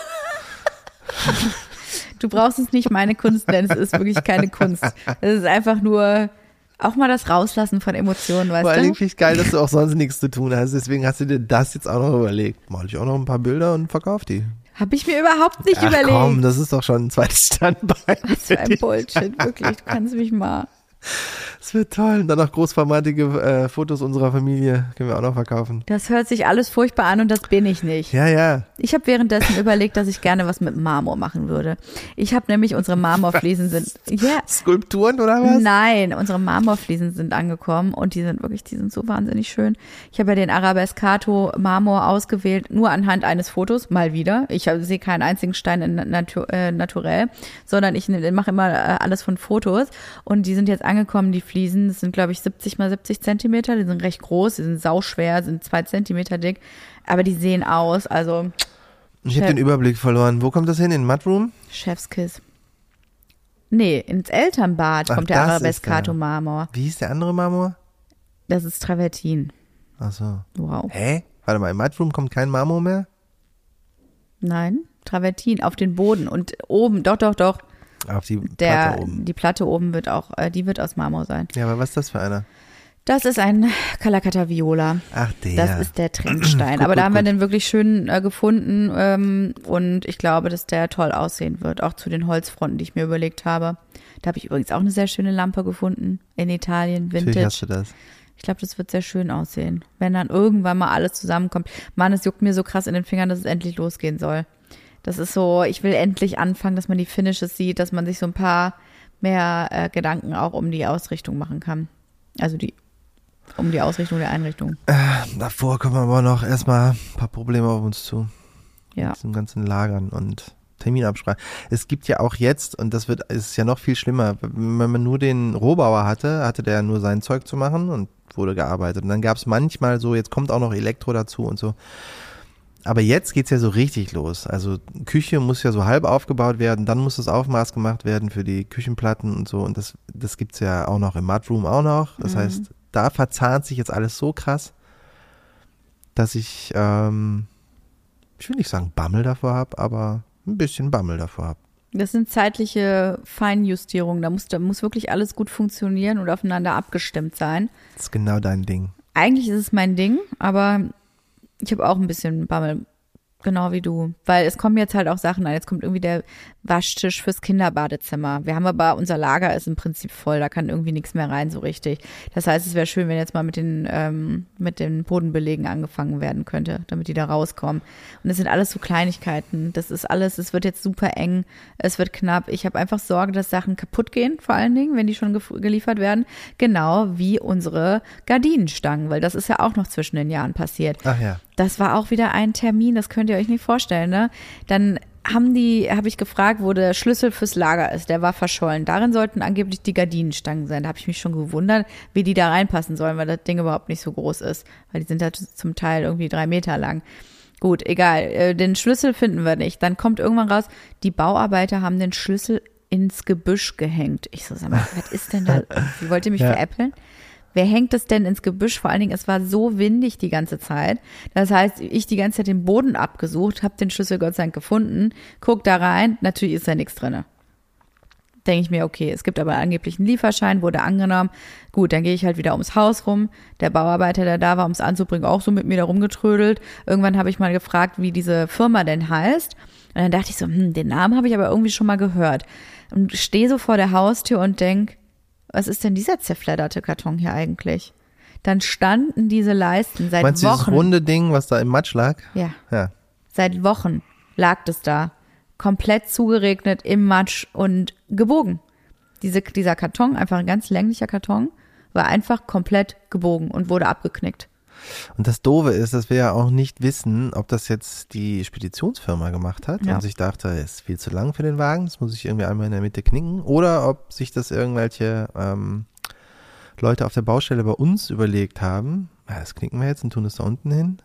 Du brauchst es nicht meine Kunst nennen, es ist wirklich keine Kunst. Es ist einfach nur auch mal das Rauslassen von Emotionen, weißt Vor allen Dingen du? finde ich geil, dass du auch sonst nichts zu tun hast. Deswegen hast du dir das jetzt auch noch überlegt. Mal ich auch noch ein paar Bilder und verkauf die. Habe ich mir überhaupt nicht Ach überlegt. komm, das ist doch schon ein zweites Standbein. Was für ein Bullshit, wirklich. Du kannst mich mal. Das wird toll. Und dann noch großformatige äh, Fotos unserer Familie können wir auch noch verkaufen. Das hört sich alles furchtbar an und das bin ich nicht. Ja, ja. Ich habe währenddessen überlegt, dass ich gerne was mit Marmor machen würde. Ich habe nämlich, unsere Marmorfliesen sind, ja, Skulpturen oder was? nein, unsere Marmorfliesen sind angekommen und die sind wirklich, die sind so wahnsinnig schön. Ich habe ja den Arabescato Marmor ausgewählt, nur anhand eines Fotos, mal wieder. Ich hab- sehe keinen einzigen Stein in Natu äh, naturell, sondern ich mache immer äh, alles von Fotos und die sind jetzt angekommen, die Fliesen. Das sind, glaube ich, siebzig mal siebzig Zentimeter. Die sind recht groß, die sind sauschwer, sind zwei Zentimeter dick, aber die sehen aus, also Ich habe den Überblick verloren. Wo kommt das hin? In Mudroom? Chefskiss. Nee, ins Elternbad Ach, kommt der das ist Arabescato der. Marmor. Wie hieß der andere Marmor? Das ist Travertin. Ach so. Wow. Hä? Warte mal, in Mudroom kommt kein Marmor mehr? Nein, Travertin auf den Boden und oben, doch, doch, doch. Auf die Der, Platte oben. Die Platte oben wird auch, äh, die wird aus Marmor sein. Ja, aber was ist das für einer? Das ist ein Calacatta Viola. Ach, der. Das ist der Trennstein. Gut, aber gut, da haben wir gut. den wirklich schön äh, gefunden ähm, und ich glaube, dass der toll aussehen wird, auch zu den Holzfronten, die ich mir überlegt habe. Da habe ich übrigens auch eine sehr schöne Lampe gefunden in Italien, Vintage. Natürlich hast du das. Ich glaube, das wird sehr schön aussehen, wenn dann irgendwann mal alles zusammenkommt. Mann, es juckt mir so krass in den Fingern, dass es endlich losgehen soll. Das ist so, ich will endlich anfangen, dass man die Finishes sieht, dass man sich so ein paar mehr äh, Gedanken auch um die Ausrichtung machen kann. Also die um die Ausrichtung der Einrichtung. Äh, davor kommen aber noch erstmal ein paar Probleme auf uns zu. Ja. Mit diesen ganzen Lagern und Terminabsprachen. Es gibt ja auch jetzt, und das wird ist ja noch viel schlimmer, wenn man nur den Rohbauer hatte, hatte der nur sein Zeug zu machen und wurde gearbeitet. Und dann gab es manchmal so, jetzt kommt auch noch Elektro dazu und so. Aber jetzt geht's ja so richtig los. Also Küche muss ja so halb aufgebaut werden, dann muss das Aufmaß gemacht werden für die Küchenplatten und so. Und das, das gibt's ja auch noch im Mudroom auch noch. Das Mhm. heißt, da verzahnt sich jetzt alles so krass, dass ich, ähm, ich will nicht sagen Bammel davor habe, aber ein bisschen Bammel davor habe. Das sind zeitliche Feinjustierungen. Da muss, da muss wirklich alles gut funktionieren und aufeinander abgestimmt sein. Das ist genau dein Ding. Eigentlich ist es mein Ding, aber ich habe auch ein bisschen Bammel, genau wie du. Weil es kommen jetzt halt auch Sachen an. Jetzt kommt irgendwie der Waschtisch fürs Kinderbadezimmer. Wir haben aber, unser Lager ist im Prinzip voll, da kann irgendwie nichts mehr rein so richtig. Das heißt, es wäre schön, wenn jetzt mal mit den ähm, mit den Bodenbelegen angefangen werden könnte, damit die da rauskommen. Und das sind alles so Kleinigkeiten. Das ist alles, es wird jetzt super eng, es wird knapp. Ich habe einfach Sorge, dass Sachen kaputt gehen, vor allen Dingen, wenn die schon gef- geliefert werden. Genau wie unsere Gardinenstangen, weil das ist ja auch noch zwischen den Jahren passiert. Ach ja. Das war auch wieder ein Termin, das könnt ihr euch nicht vorstellen, ne? Dann haben die, habe ich gefragt, wo der Schlüssel fürs Lager ist, der war verschollen. Darin sollten angeblich die Gardinenstangen sein. Da habe ich mich schon gewundert, wie die da reinpassen sollen, weil das Ding überhaupt nicht so groß ist. Weil die sind halt zum Teil irgendwie drei Meter lang. Gut, egal, den Schlüssel finden wir nicht. Dann kommt irgendwann raus, die Bauarbeiter haben den Schlüssel ins Gebüsch gehängt. Ich so, sag mal, was ist denn da? Wollt ihr mich Ja. veräppeln? Wer hängt es denn ins Gebüsch? Vor allen Dingen, es war so windig die ganze Zeit. Das heißt, ich die ganze Zeit den Boden abgesucht, habe den Schlüssel Gott sei Dank gefunden, guck da rein, natürlich ist da nichts drinne. Denke ich mir, okay, es gibt aber angeblich einen Lieferschein, wurde angenommen. Gut, dann gehe ich halt wieder ums Haus rum. Der Bauarbeiter, der da war, um es anzubringen, auch so mit mir da rumgetrödelt. Irgendwann habe ich mal gefragt, wie diese Firma denn heißt. Und dann dachte ich so, hm, den Namen habe ich aber irgendwie schon mal gehört. Und stehe so vor der Haustür und denk, was ist denn dieser zerfledderte Karton hier eigentlich? Dann standen diese Leisten seit Meinst du dieses Wochen. runde Ding, was da im Matsch lag? Ja, Ja. seit Wochen lag das da. Komplett zugeregnet im Matsch und gebogen. Diese, dieser Karton, einfach ein ganz länglicher Karton, war einfach komplett gebogen und wurde abgeknickt. Und das Doofe ist, dass wir ja auch nicht wissen, ob das jetzt die Speditionsfirma gemacht hat Ja. und sich dachte, es ist viel zu lang für den Wagen, das muss ich irgendwie einmal in der Mitte knicken, oder ob sich das irgendwelche ähm, Leute auf der Baustelle bei uns überlegt haben, ja, das knicken wir jetzt und tun es da unten hin.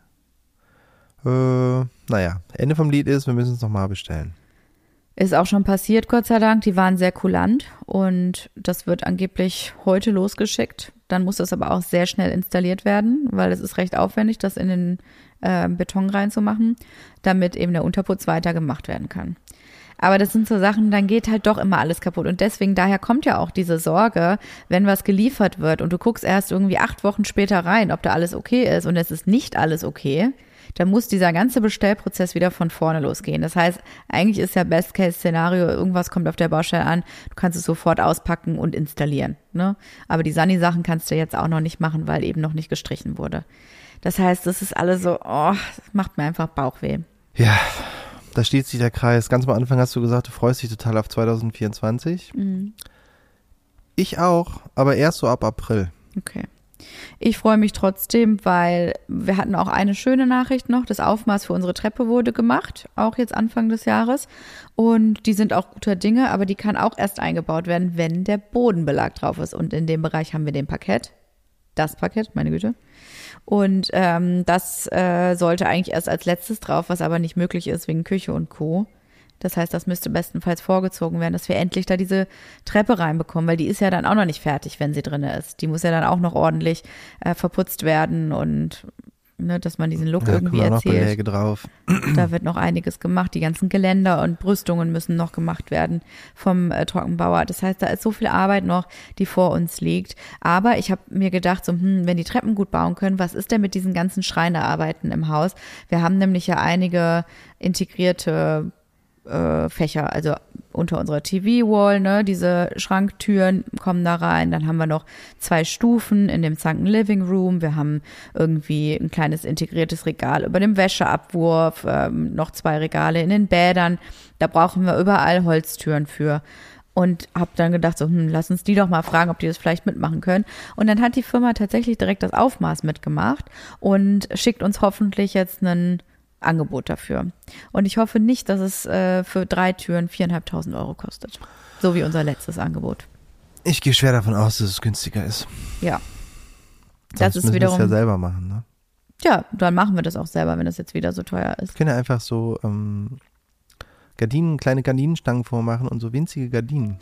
Äh, naja, Ende vom Lied ist, wir müssen es nochmal bestellen. Ist auch schon passiert, Gott sei Dank. Die waren sehr kulant und das wird angeblich heute losgeschickt. Dann muss das aber auch sehr schnell installiert werden, weil es ist recht aufwendig, das in den äh, Beton reinzumachen, damit eben der Unterputz weiter gemacht werden kann. Aber das sind so Sachen, dann geht halt doch immer alles kaputt. Und deswegen, daher kommt ja auch diese Sorge, wenn was geliefert wird und du guckst erst irgendwie acht Wochen später rein, ob da alles okay ist und es ist nicht alles okay, dann muss dieser ganze Bestellprozess wieder von vorne losgehen. Das heißt, eigentlich ist ja Best-Case-Szenario, irgendwas kommt auf der Baustelle an, du kannst es sofort auspacken und installieren. Ne? Aber die Sani-Sachen kannst du jetzt auch noch nicht machen, weil eben noch nicht gestrichen wurde. Das heißt, das ist alles so, oh, das macht mir einfach Bauchweh. Ja, da steht sich der Kreis. Ganz am Anfang hast du gesagt, du freust dich total auf zwanzig vierundzwanzig. Mhm. Ich auch, aber erst so ab April. Okay. Ich freue mich trotzdem, weil wir hatten auch eine schöne Nachricht noch. Das Aufmaß für unsere Treppe wurde gemacht, auch jetzt Anfang des Jahres. Und die sind auch guter Dinge, aber die kann auch erst eingebaut werden, wenn der Bodenbelag drauf ist. Und in dem Bereich haben wir den Parkett. Das Parkett, meine Güte. Und ähm, das äh, sollte eigentlich erst als letztes drauf, was aber nicht möglich ist wegen Küche und Co. Das heißt, das müsste bestenfalls vorgezogen werden, dass wir endlich da diese Treppe reinbekommen, weil die ist ja dann auch noch nicht fertig, wenn sie drin ist. Die muss ja dann auch noch ordentlich äh, verputzt werden und ne, dass man diesen Look Ja, irgendwie kommen auch noch erzählt. Beläge drauf. Da wird noch einiges gemacht. Die ganzen Geländer und Brüstungen müssen noch gemacht werden vom äh, Trockenbauer. Das heißt, da ist so viel Arbeit noch, die vor uns liegt. Aber ich habe mir gedacht, so, hm, wenn die Treppen gut bauen können, was ist denn mit diesen ganzen Schreinerarbeiten im Haus? Wir haben nämlich ja einige integrierte äh, Fächer, also unter unserer T V-Wall, ne, diese Schranktüren kommen da rein. Dann haben wir noch zwei Stufen in dem Sunken Living Room. Wir haben irgendwie ein kleines integriertes Regal über dem Wäscheabwurf, ähm, noch zwei Regale in den Bädern. Da brauchen wir überall Holztüren für. Und habe dann gedacht, so, hm, lass uns die doch mal fragen, ob die das vielleicht mitmachen können. Und dann hat die Firma tatsächlich direkt das Aufmaß mitgemacht und schickt uns hoffentlich jetzt einen Angebot dafür. Und ich hoffe nicht, dass es äh, für drei Türen viertausendfünfhundert Euro kostet. So wie unser letztes Angebot. Ich gehe schwer davon aus, dass es günstiger ist. Ja. Sonst Das ist müssen wiederum. wir es ja selber machen, ne? Ja, dann machen wir das auch selber, wenn das jetzt wieder so teuer ist. Wir können ja einfach so ähm, Gardinen, kleine Gardinenstangen vormachen und so winzige Gardinen.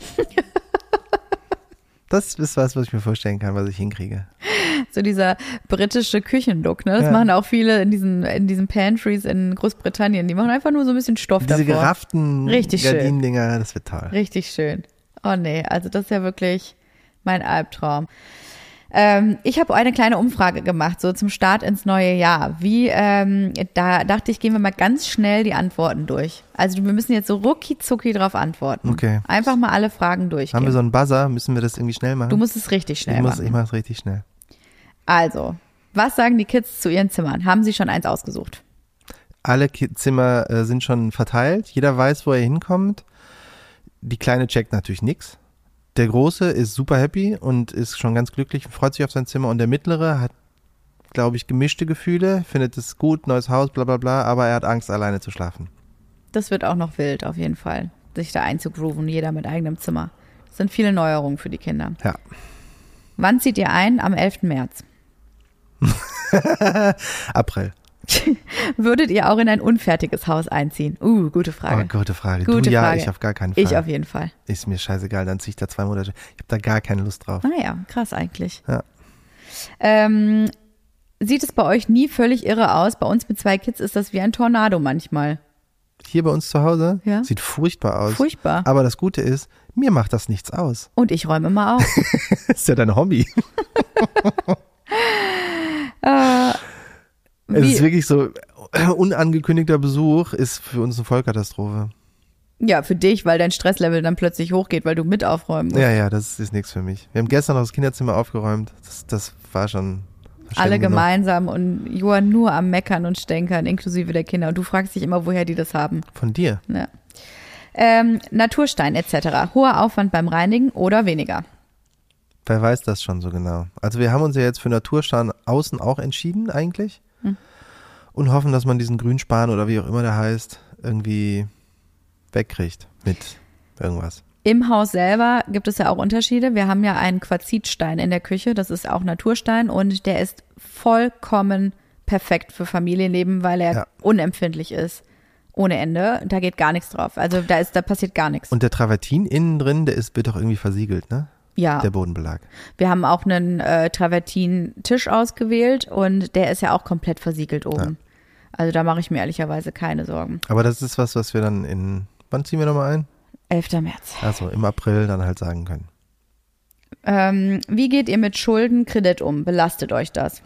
Das ist was, was ich mir vorstellen kann, was ich hinkriege. So dieser britische Küchenlook, ne? Das Ja. machen auch viele in diesen, in diesen Pantries in Großbritannien. Die machen einfach nur so ein bisschen Stoff Diese davor. gerafften Richtig schön. Gardinendinger, das wird toll. Richtig schön. Oh nee, also das ist ja wirklich mein Albtraum. Ähm, ich habe eine kleine Umfrage gemacht, so zum Start ins neue Jahr. Wie, ähm, da dachte ich, gehen wir mal ganz schnell die Antworten durch. Also wir müssen jetzt so rucki-zucki drauf antworten. Okay. Einfach mal alle Fragen durchgehen. Haben wir so einen Buzzer? Müssen wir das irgendwie schnell machen? Du musst es richtig schnell ich muss, machen. Ich mache es richtig schnell. Also, was sagen die Kids zu ihren Zimmern? Haben sie schon eins ausgesucht? Alle Ki- Zimmer äh, sind schon verteilt. Jeder weiß, wo er hinkommt. Die Kleine checkt natürlich nichts. Der Große ist super happy und ist schon ganz glücklich, freut sich auf sein Zimmer. Und der Mittlere hat, glaube ich, gemischte Gefühle, findet es gut, neues Haus, bla bla bla, aber er hat Angst, alleine zu schlafen. Das wird auch noch wild, auf jeden Fall, sich da einzugrooven, jeder mit eigenem Zimmer. Das sind viele Neuerungen für die Kinder. Ja. Wann zieht ihr ein? Am elften März. April. Würdet ihr auch in ein unfertiges Haus einziehen? Uh, gute Frage. Oh, gute Frage. Gute du ja, Frage. ich auf gar keinen Fall. Ich auf jeden Fall. Ist mir scheißegal, dann ziehe ich da zwei Monate. Ich habe da gar keine Lust drauf. Naja, krass eigentlich. Ja. Ähm, sieht es bei euch nie völlig irre aus? Bei uns mit zwei Kids ist das wie ein Tornado manchmal. Hier bei uns zu Hause Ja. sieht furchtbar aus. Furchtbar. Aber das Gute ist, mir macht das nichts aus. Und ich räume immer auf. Das ist ja dein Hobby. äh, Es wie, ist wirklich so, unangekündigter Besuch ist für uns eine Vollkatastrophe. ja, für dich, weil dein Stresslevel dann plötzlich hochgeht, weil du mit aufräumen musst. Ja, ja, das ist nichts für mich. Wir haben gestern noch das Kinderzimmer aufgeräumt. Das, das war schon Alle schlimm genug. gemeinsam und Johann nur am Meckern und Stänkern, inklusive der Kinder. Und du fragst dich immer, woher die das haben. Von dir. Ja. Ähm, Naturstein et cetera. Hoher Aufwand beim Reinigen oder weniger? Wer weiß das schon so genau? Also wir haben uns ja jetzt für Naturstein außen auch entschieden eigentlich. Hm. Und hoffen, dass man diesen Grünspan oder wie auch immer der heißt, irgendwie wegkriegt mit irgendwas. Im Haus selber gibt es ja auch Unterschiede. Wir haben ja einen Quarzitstein in der Küche, das ist auch Naturstein und der ist vollkommen perfekt für Familienleben, weil er Ja. unempfindlich ist. Ohne Ende. Da geht gar nichts drauf. Also da ist, da passiert gar nichts. Und der Travertin innen drin, der ist, wird doch irgendwie versiegelt, ne? Ja. Der Bodenbelag. Wir haben auch einen äh, Travertin-Tisch ausgewählt und der ist ja auch komplett versiegelt oben. Also da mache ich mir ehrlicherweise keine Sorgen. Aber das ist was, was wir dann in, wann ziehen wir nochmal ein? elfter März. Also im April dann halt sagen können. Ähm, wie geht ihr mit Schulden, Kredit um? Belastet euch das?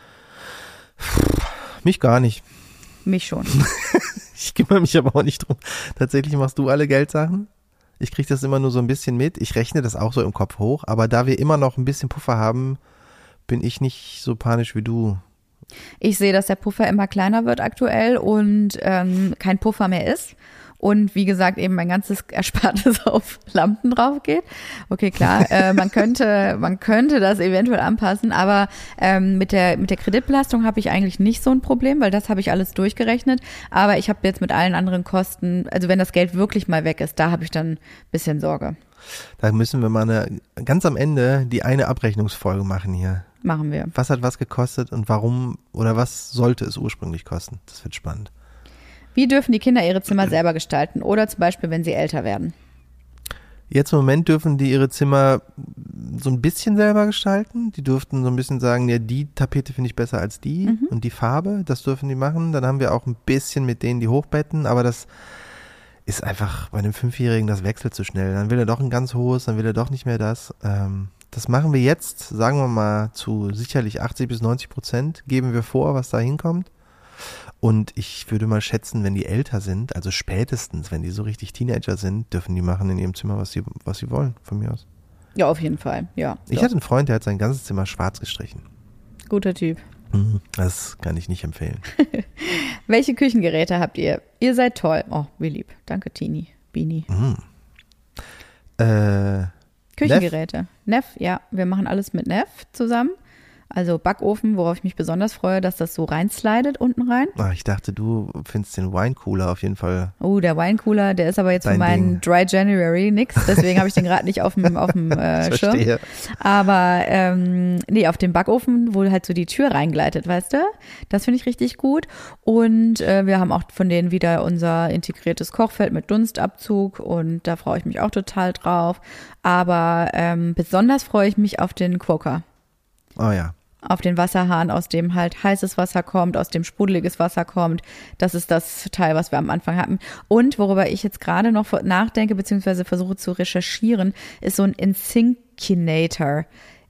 Mich gar nicht. Mich schon. Ich kümmere mich aber auch nicht drum. Tatsächlich machst du alle Geldsachen. Ich kriege das immer nur so ein bisschen mit. Ich rechne das auch so im Kopf hoch. Aber da wir immer noch ein bisschen Puffer haben, bin ich nicht so panisch wie du. Ich sehe, dass der Puffer immer kleiner wird aktuell und ähm, kein Puffer mehr ist. Und wie gesagt, eben mein ganzes Erspartes auf Lampen drauf geht. Okay, klar, äh, man könnte man könnte das eventuell anpassen, aber ähm, mit der mit der Kreditbelastung habe ich eigentlich nicht so ein Problem, weil das habe ich alles durchgerechnet. Aber ich habe jetzt mit allen anderen Kosten, also wenn das Geld wirklich mal weg ist, da habe ich dann ein bisschen Sorge. Da müssen wir mal eine, ganz am Ende die eine Abrechnungsfolge machen hier. Machen wir. Was hat was gekostet und warum oder was sollte es ursprünglich kosten? Das wird spannend. Wie dürfen die Kinder ihre Zimmer selber gestalten oder zum Beispiel, wenn sie älter werden? Jetzt im Moment dürfen die ihre Zimmer so ein bisschen selber gestalten. Die durften so ein bisschen sagen, ja, die Tapete finde ich besser als die Mhm. und die Farbe, das dürfen die machen. Dann haben wir auch ein bisschen mit denen die hochbetten, aber das ist einfach bei einem Fünfjährigen, das wechselt zu schnell. Dann will er doch ein ganz hohes, dann will er doch nicht mehr das. Ähm, das machen wir jetzt, sagen wir mal, zu sicherlich achtzig bis neunzig Prozent geben wir vor, was da hinkommt. Und ich würde mal schätzen, wenn die älter sind, also spätestens, wenn die so richtig Teenager sind, dürfen die machen in ihrem Zimmer, was sie, was sie wollen, von mir aus. Ja, auf jeden Fall, ja. Ich Doch. hatte einen Freund, der hat sein ganzes Zimmer schwarz gestrichen. Guter Typ. Das kann ich nicht empfehlen. Welche Küchengeräte habt ihr? Ihr seid toll. Oh, wie lieb. Danke, Tini. Bini. Mhm. Äh, Küchengeräte. Neff, ja. Wir machen alles mit Neff zusammen. Also Backofen, worauf ich mich besonders freue, dass das so reinslidet unten rein. ach, ich dachte, du findest den Wine-Cooler auf jeden Fall. Oh, der Weincooler, der ist aber jetzt für Dein meinen Ding. Dry January nix. Deswegen habe ich den gerade nicht auf dem, auf dem äh, Ich Schirm. verstehe. Aber ähm, nee, auf dem Backofen, wo halt so die Tür reingleitet, weißt du? Das finde ich richtig gut. Und äh, wir haben auch von denen wieder unser integriertes Kochfeld mit Dunstabzug und da freue ich mich auch total drauf. Aber ähm, besonders freue ich mich auf den Quokka. Oh ja. Auf den Wasserhahn, aus dem halt heißes Wasser kommt, aus dem sprudeliges Wasser kommt. Das ist das Teil, was wir am Anfang hatten. Und worüber ich jetzt gerade noch nachdenke, beziehungsweise versuche zu recherchieren, ist so ein Insinkinator.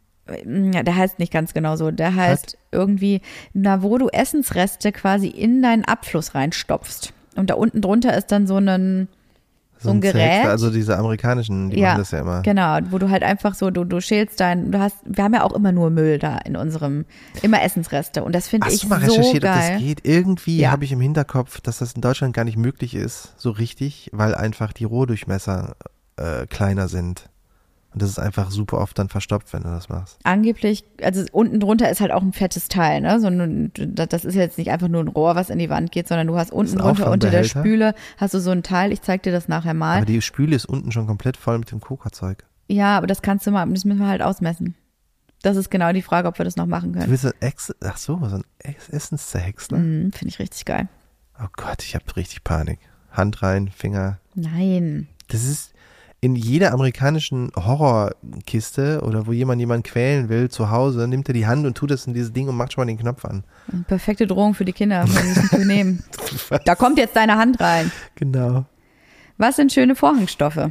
Der heißt nicht ganz genau so. Der heißt irgendwie, na, wo du Essensreste quasi in deinen Abfluss reinstopfst. Und da unten drunter ist dann so ein So ein Gerät. Zerhexer, also diese amerikanischen, die ja, machen das ja immer. Genau, wo du halt einfach so, du, du schälst dein, du hast, wir haben ja auch immer nur Müll da in unserem, immer Essensreste und das finde ich Hast du mal so recherchiert, ob geil. das geht? Irgendwie Ja. habe ich im Hinterkopf, dass das in Deutschland gar nicht möglich ist, so richtig, weil einfach die Rohdurchmesser äh, kleiner sind. Und das ist einfach super oft dann verstopft, wenn du das machst. Angeblich, also unten drunter ist halt auch ein fettes Teil, ne? So ein, das ist jetzt nicht einfach nur ein Rohr, was in die Wand geht, sondern du hast unten ein drunter unter der Auffangbehälter? Spüle hast du so ein Teil, ich zeig dir das nachher mal. Aber die Spüle ist unten schon komplett voll mit dem Coca-Zeug. Ja, aber das kannst du mal, das müssen wir halt ausmessen. Das ist genau die Frage, ob wir das noch machen Du können. willst so ein Ex Ach so, so ein Ex Essenszerhäcksler? Mhm, finde ich richtig geil. Oh Gott, ich habe richtig Panik. Hand rein, Finger. Nein. Das ist in jeder amerikanischen Horrorkiste oder wo jemand jemanden quälen will, zu Hause, nimmt er die Hand und tut das in dieses Ding und macht schon mal den Knopf an. Perfekte Drohung für die Kinder, wenn sie es nicht nehmen. Da kommt jetzt deine Hand rein. Genau. Was sind schöne Vorhangstoffe?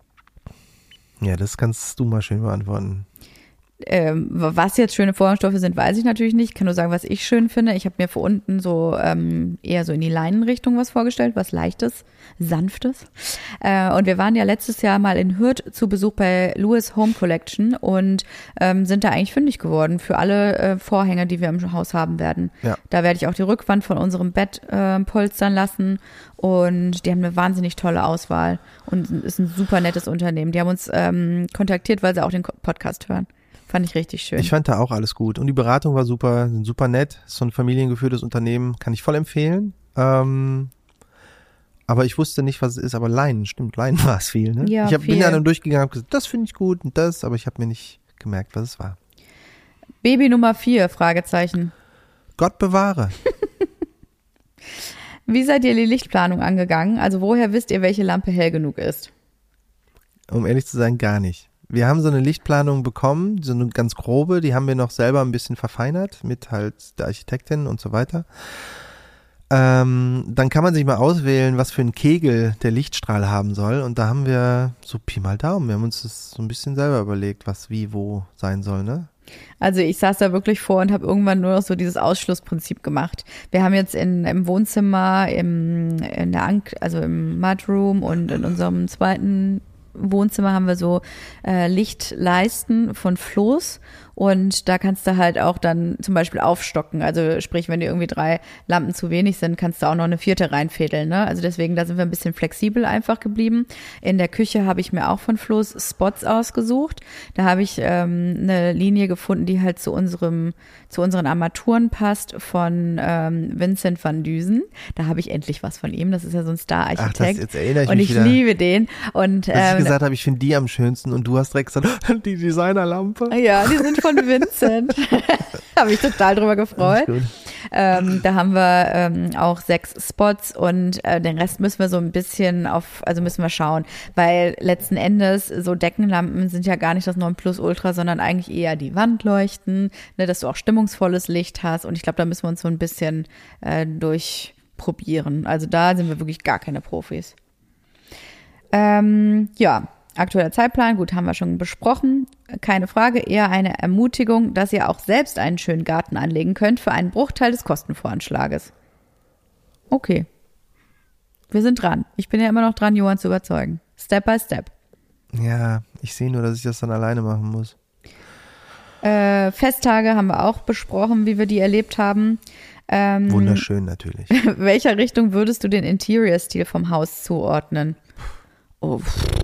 Ja, das kannst du mal schön beantworten. Ähm, was jetzt schöne Vorhangstoffe sind, weiß ich natürlich nicht. Ich kann nur sagen, was ich schön finde. Ich habe mir für unten so ähm, eher so in die Leinenrichtung was vorgestellt, was Leichtes, Sanftes. Äh, und wir waren ja letztes Jahr mal in Hürth zu Besuch bei Lewis Home Collection und ähm, sind da eigentlich fündig geworden für alle äh, Vorhänge, die wir im Haus haben werden. Ja. Da werde ich auch die Rückwand von unserem Bett äh, polstern lassen und die haben eine wahnsinnig tolle Auswahl und ist ein super nettes Unternehmen. Die haben uns ähm, kontaktiert, weil sie auch den Podcast hören. Fand ich richtig schön. Ich fand da auch alles gut. Und die Beratung war super, sind super nett. So ein familiengeführtes Unternehmen, kann ich voll empfehlen. Ähm, aber ich wusste nicht, was es ist. Aber Leinen, stimmt, Leinen war es viel. Ne? Ja, ich hab, viel. bin da dann durchgegangen und habe gesagt, das finde ich gut und das, aber ich habe mir nicht gemerkt, was es war. Baby Nummer vier, Fragezeichen. Gott bewahre. Wie seid ihr die Lichtplanung angegangen? Also woher wisst ihr, welche Lampe hell genug ist? Um ehrlich zu sein, gar nicht. Wir haben so eine Lichtplanung bekommen, so eine ganz grobe, die haben wir noch selber ein bisschen verfeinert mit halt der Architektin und so weiter. Ähm, dann kann man sich mal auswählen, was für einen Kegel der Lichtstrahl haben soll und da haben wir so Pi mal Daumen, wir haben uns das so ein bisschen selber überlegt, was wie wo sein soll, ne? Also ich saß da wirklich vor und habe irgendwann nur noch so dieses Ausschlussprinzip gemacht. Wir haben jetzt in, im Wohnzimmer, im, in der Ank, also im Mudroom und in unserem zweiten Wohnzimmer haben wir so äh, Lichtleisten von Floß und da kannst du halt auch dann zum Beispiel aufstocken. Also sprich, wenn dir irgendwie drei Lampen zu wenig sind, kannst du auch noch eine vierte reinfädeln. Ne? Also deswegen, da sind wir ein bisschen flexibel einfach geblieben. In der Küche habe ich mir auch von Floß Spots ausgesucht. Da habe ich ähm, eine Linie gefunden, die halt zu unserem zu unseren Armaturen passt von ähm, Vincent van Düsen. Da habe ich endlich was von ihm. Das ist ja so ein Star-Architekt. Ach, das, jetzt erinnere ich und mich ich wieder. liebe den. Und Dass ich ähm, gesagt habe, ich finde die am schönsten und du hast direkt gesagt, die Designerlampe. ja, die sind von Vincent. Habe ich total drüber gefreut. Gut. Ähm, da haben wir ähm, auch sechs Spots und äh, den Rest müssen wir so ein bisschen auf, also müssen wir schauen, weil letzten Endes so Deckenlampen sind ja gar nicht das Nonplusultra, sondern eigentlich eher die Wandleuchten, ne, dass du auch stimmungsvolles Licht hast und ich glaube, da müssen wir uns so ein bisschen äh, durchprobieren. Also da sind wir wirklich gar keine Profis. Ähm, ja, aktueller Zeitplan, gut, haben wir schon besprochen. Keine Frage, eher eine Ermutigung, dass ihr auch selbst einen schönen Garten anlegen könnt für einen Bruchteil des Kostenvoranschlages. Okay. Wir sind dran. Ich bin ja immer noch dran, Johann zu überzeugen. Step by step. Ja, ich sehe nur, dass ich das dann alleine machen muss. Äh, Festtage haben wir auch besprochen, wie wir die erlebt haben. Ähm, Wunderschön natürlich. Welcher Richtung würdest du den Interior-Stil vom Haus zuordnen? Oh,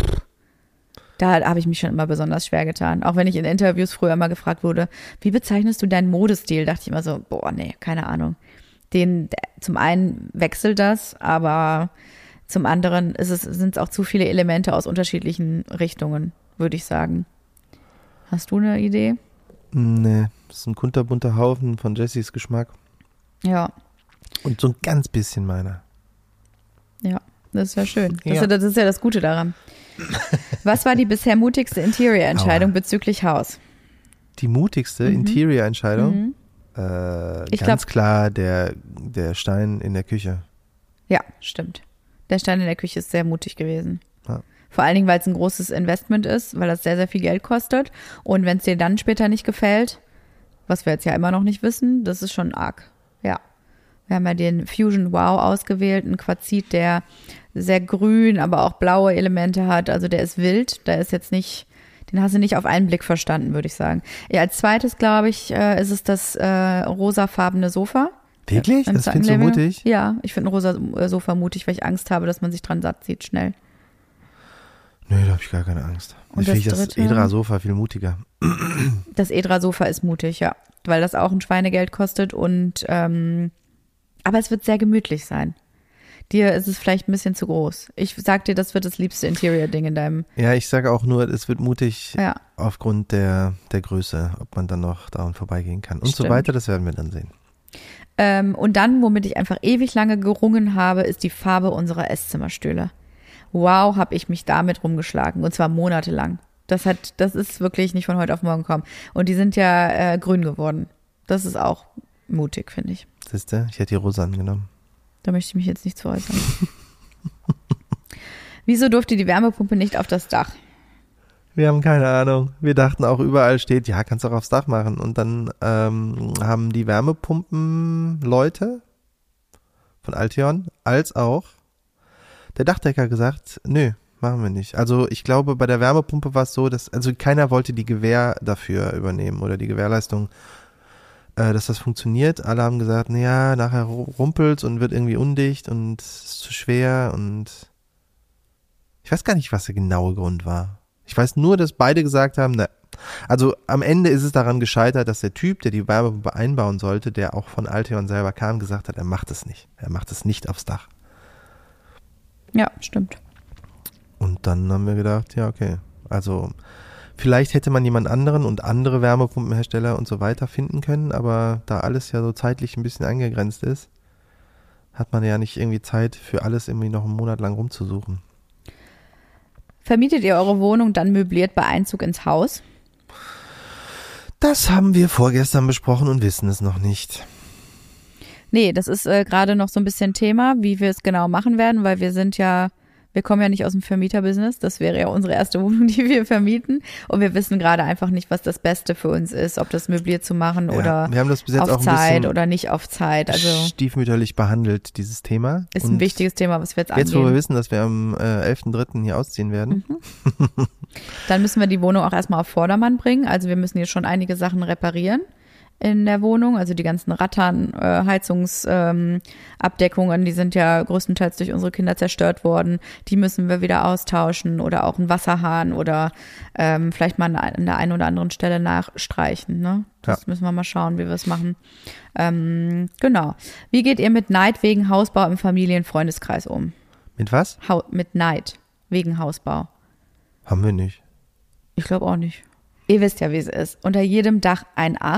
da habe ich mich schon immer besonders schwer getan. Auch wenn ich in Interviews früher immer gefragt wurde, wie bezeichnest du deinen Modestil? Dachte ich immer so, boah, nee, keine Ahnung. Den, zum einen wechselt das, aber zum anderen ist es, sind es auch zu viele Elemente aus unterschiedlichen Richtungen, würde ich sagen. Hast du eine Idee? Nee, das ist ein kunterbunter Haufen von Jessys Geschmack. Ja. Und so ein ganz bisschen meiner. Ja, das wäre schön. Das, Ja. das ist ja das Gute daran. Was war die bisher mutigste Interior-Entscheidung Aua. bezüglich Haus? Die mutigste Mhm. Interior-Entscheidung? Mhm. Äh, Ich ganz glaub- klar der, der Stein in der Küche. Ja, stimmt. Der Stein in der Küche ist sehr mutig gewesen. Ja. Vor allen Dingen, weil es ein großes Investment ist, weil das sehr, sehr viel Geld kostet. Und wenn es dir dann später nicht gefällt, was wir jetzt ja immer noch nicht wissen, das ist schon arg. Ja. Wir haben ja den Fusion Wow ausgewählt, ein Quarzit, der sehr grün, aber auch blaue Elemente hat. Also der ist wild, da ist jetzt nicht, den hast du nicht auf einen Blick verstanden, würde ich sagen. Ja, als zweites, glaube ich, äh, ist es das äh, rosafarbene Sofa. Wirklich? Im Das findest du Zackenlabel. mutig? Ja, ich finde ein rosa Sofa mutig, weil ich Angst habe, dass man sich dran satt sieht schnell. Nö, da habe ich gar keine Angst. Und ich das finde das dritte? Edra-Sofa viel mutiger. Das Edra-Sofa ist mutig, ja, weil das auch ein Schweinegeld kostet und ähm, aber es wird sehr gemütlich sein. Dir ist es vielleicht ein bisschen zu groß. Ich sag dir, das wird das liebste Interior-Ding in deinem. Ja, ich sage auch nur, es wird mutig Ja, aufgrund der, der Größe, ob man dann noch daran vorbeigehen kann. Und so Stimmt. weiter, das werden wir dann sehen. ähm, und dann, womit ich einfach ewig lange gerungen habe, ist die Farbe unserer Esszimmerstühle. Wow, habe ich mich damit rumgeschlagen und zwar monatelang. Das hat, das ist wirklich nicht von heute auf morgen gekommen. Und die sind ja äh, grün geworden. Das ist auch mutig, finde ich. Siehst du? Ich hätte die rosa angenommen. Da möchte ich mich jetzt nicht zu äußern. Wieso durfte die Wärmepumpe nicht auf das Dach? Wir haben keine Ahnung. Wir dachten auch, überall steht, ja, kannst du auch aufs Dach machen. Und dann ähm, haben die Wärmepumpenleute von Alteon als auch der Dachdecker gesagt, nö, machen wir nicht. Also ich glaube, bei der Wärmepumpe war es so, dass also keiner wollte die Gewähr dafür übernehmen oder die Gewährleistung, äh, dass das funktioniert. Alle haben gesagt, naja, nachher rumpelt's und wird irgendwie undicht und ist zu schwer und ich weiß gar nicht, was der genaue Grund war. Ich weiß nur, dass beide gesagt haben, ne. Also am Ende ist es daran gescheitert, dass der Typ, der die Wärmepumpe einbauen sollte, der auch von Alteon selber kam, gesagt hat, er macht es nicht. Er macht es nicht aufs Dach. Ja, stimmt. Und dann haben wir gedacht, ja, okay. Also vielleicht hätte man jemand anderen und andere Wärmepumpenhersteller und so weiter finden können, aber da alles ja so zeitlich ein bisschen eingegrenzt ist, hat man ja nicht irgendwie Zeit, für alles irgendwie noch einen Monat lang rumzusuchen. Vermietet ihr eure Wohnung dann möbliert bei Einzug ins Haus? Das haben wir vorgestern besprochen und wissen es noch nicht. Nee, das ist äh, gerade noch so ein bisschen Thema, wie wir es genau machen werden, weil wir sind ja, wir kommen ja nicht aus dem Vermieterbusiness. Das wäre ja unsere erste Wohnung, die wir vermieten. Und wir wissen gerade einfach nicht, was das Beste für uns ist, ob das möbliert zu machen Ja, oder wir haben das bis jetzt auf auch ein Zeit bisschen oder nicht auf Zeit. Also stiefmütterlich behandelt, dieses Thema. ist Und ein wichtiges Thema, was wir jetzt jetzt, wo wir angehen. wissen, dass wir am äh, elften dritten hier ausziehen werden, Dann müssen wir die Wohnung auch erstmal auf Vordermann bringen. Also wir müssen hier schon einige Sachen reparieren in der Wohnung. Also die ganzen Rattern, äh, Heizungsabdeckungen, ähm, Abdeckungen, die sind ja größtenteils durch unsere Kinder zerstört worden. Die müssen wir wieder austauschen oder auch einen Wasserhahn oder ähm, vielleicht mal an der einen oder anderen Stelle nachstreichen. Ne? Das Ja. müssen wir mal schauen, wie wir es machen. Ähm, genau. Wie geht ihr mit Neid wegen Hausbau im Familien-Freundeskreis um? mit was? Hau- mit Neid wegen Hausbau. Haben wir nicht. Ich glaube auch nicht. Ihr wisst ja, wie es ist. Unter jedem Dach ein Ach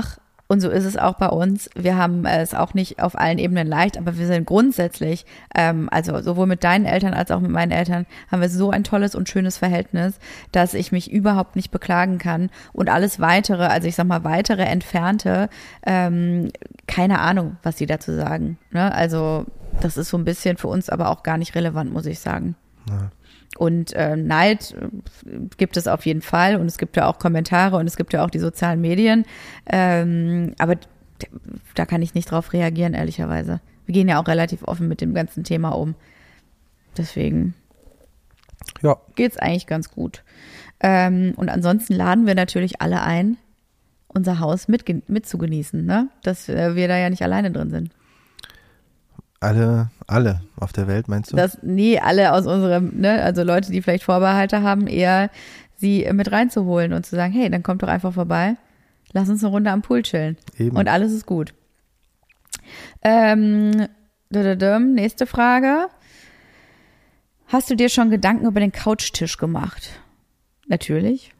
Und so ist es auch bei uns. Wir haben es auch nicht auf allen Ebenen leicht, aber wir sind grundsätzlich, ähm, also sowohl mit deinen Eltern als auch mit meinen Eltern, haben wir so ein tolles und schönes Verhältnis, dass ich mich überhaupt nicht beklagen kann. Und alles weitere, also ich sag mal weitere Entfernte, ähm, keine Ahnung, was sie dazu sagen. Ne? Also das ist so ein bisschen für uns aber auch gar nicht relevant, muss ich sagen. Ja. Und äh, Neid gibt es auf jeden Fall und es gibt ja auch Kommentare und es gibt ja auch die sozialen Medien, ähm, aber da kann ich nicht drauf reagieren, ehrlicherweise. Wir gehen ja auch relativ offen mit dem ganzen Thema um. Deswegen ja. geht's eigentlich ganz gut. Ähm, und ansonsten laden wir natürlich alle ein, unser Haus mit, mit zu genießen, ne? Dass äh, wir da ja nicht alleine drin sind. Alle, alle auf der Welt, meinst du? Das, nee, alle aus unserem, ne, also Leute, die vielleicht Vorbehalte haben, eher sie mit reinzuholen und zu sagen, hey, dann kommt doch einfach vorbei, lass uns eine Runde am Pool chillen. Eben. Und alles ist gut. Ähm, nächste Frage. Hast du dir schon Gedanken über den Couchtisch gemacht? Natürlich.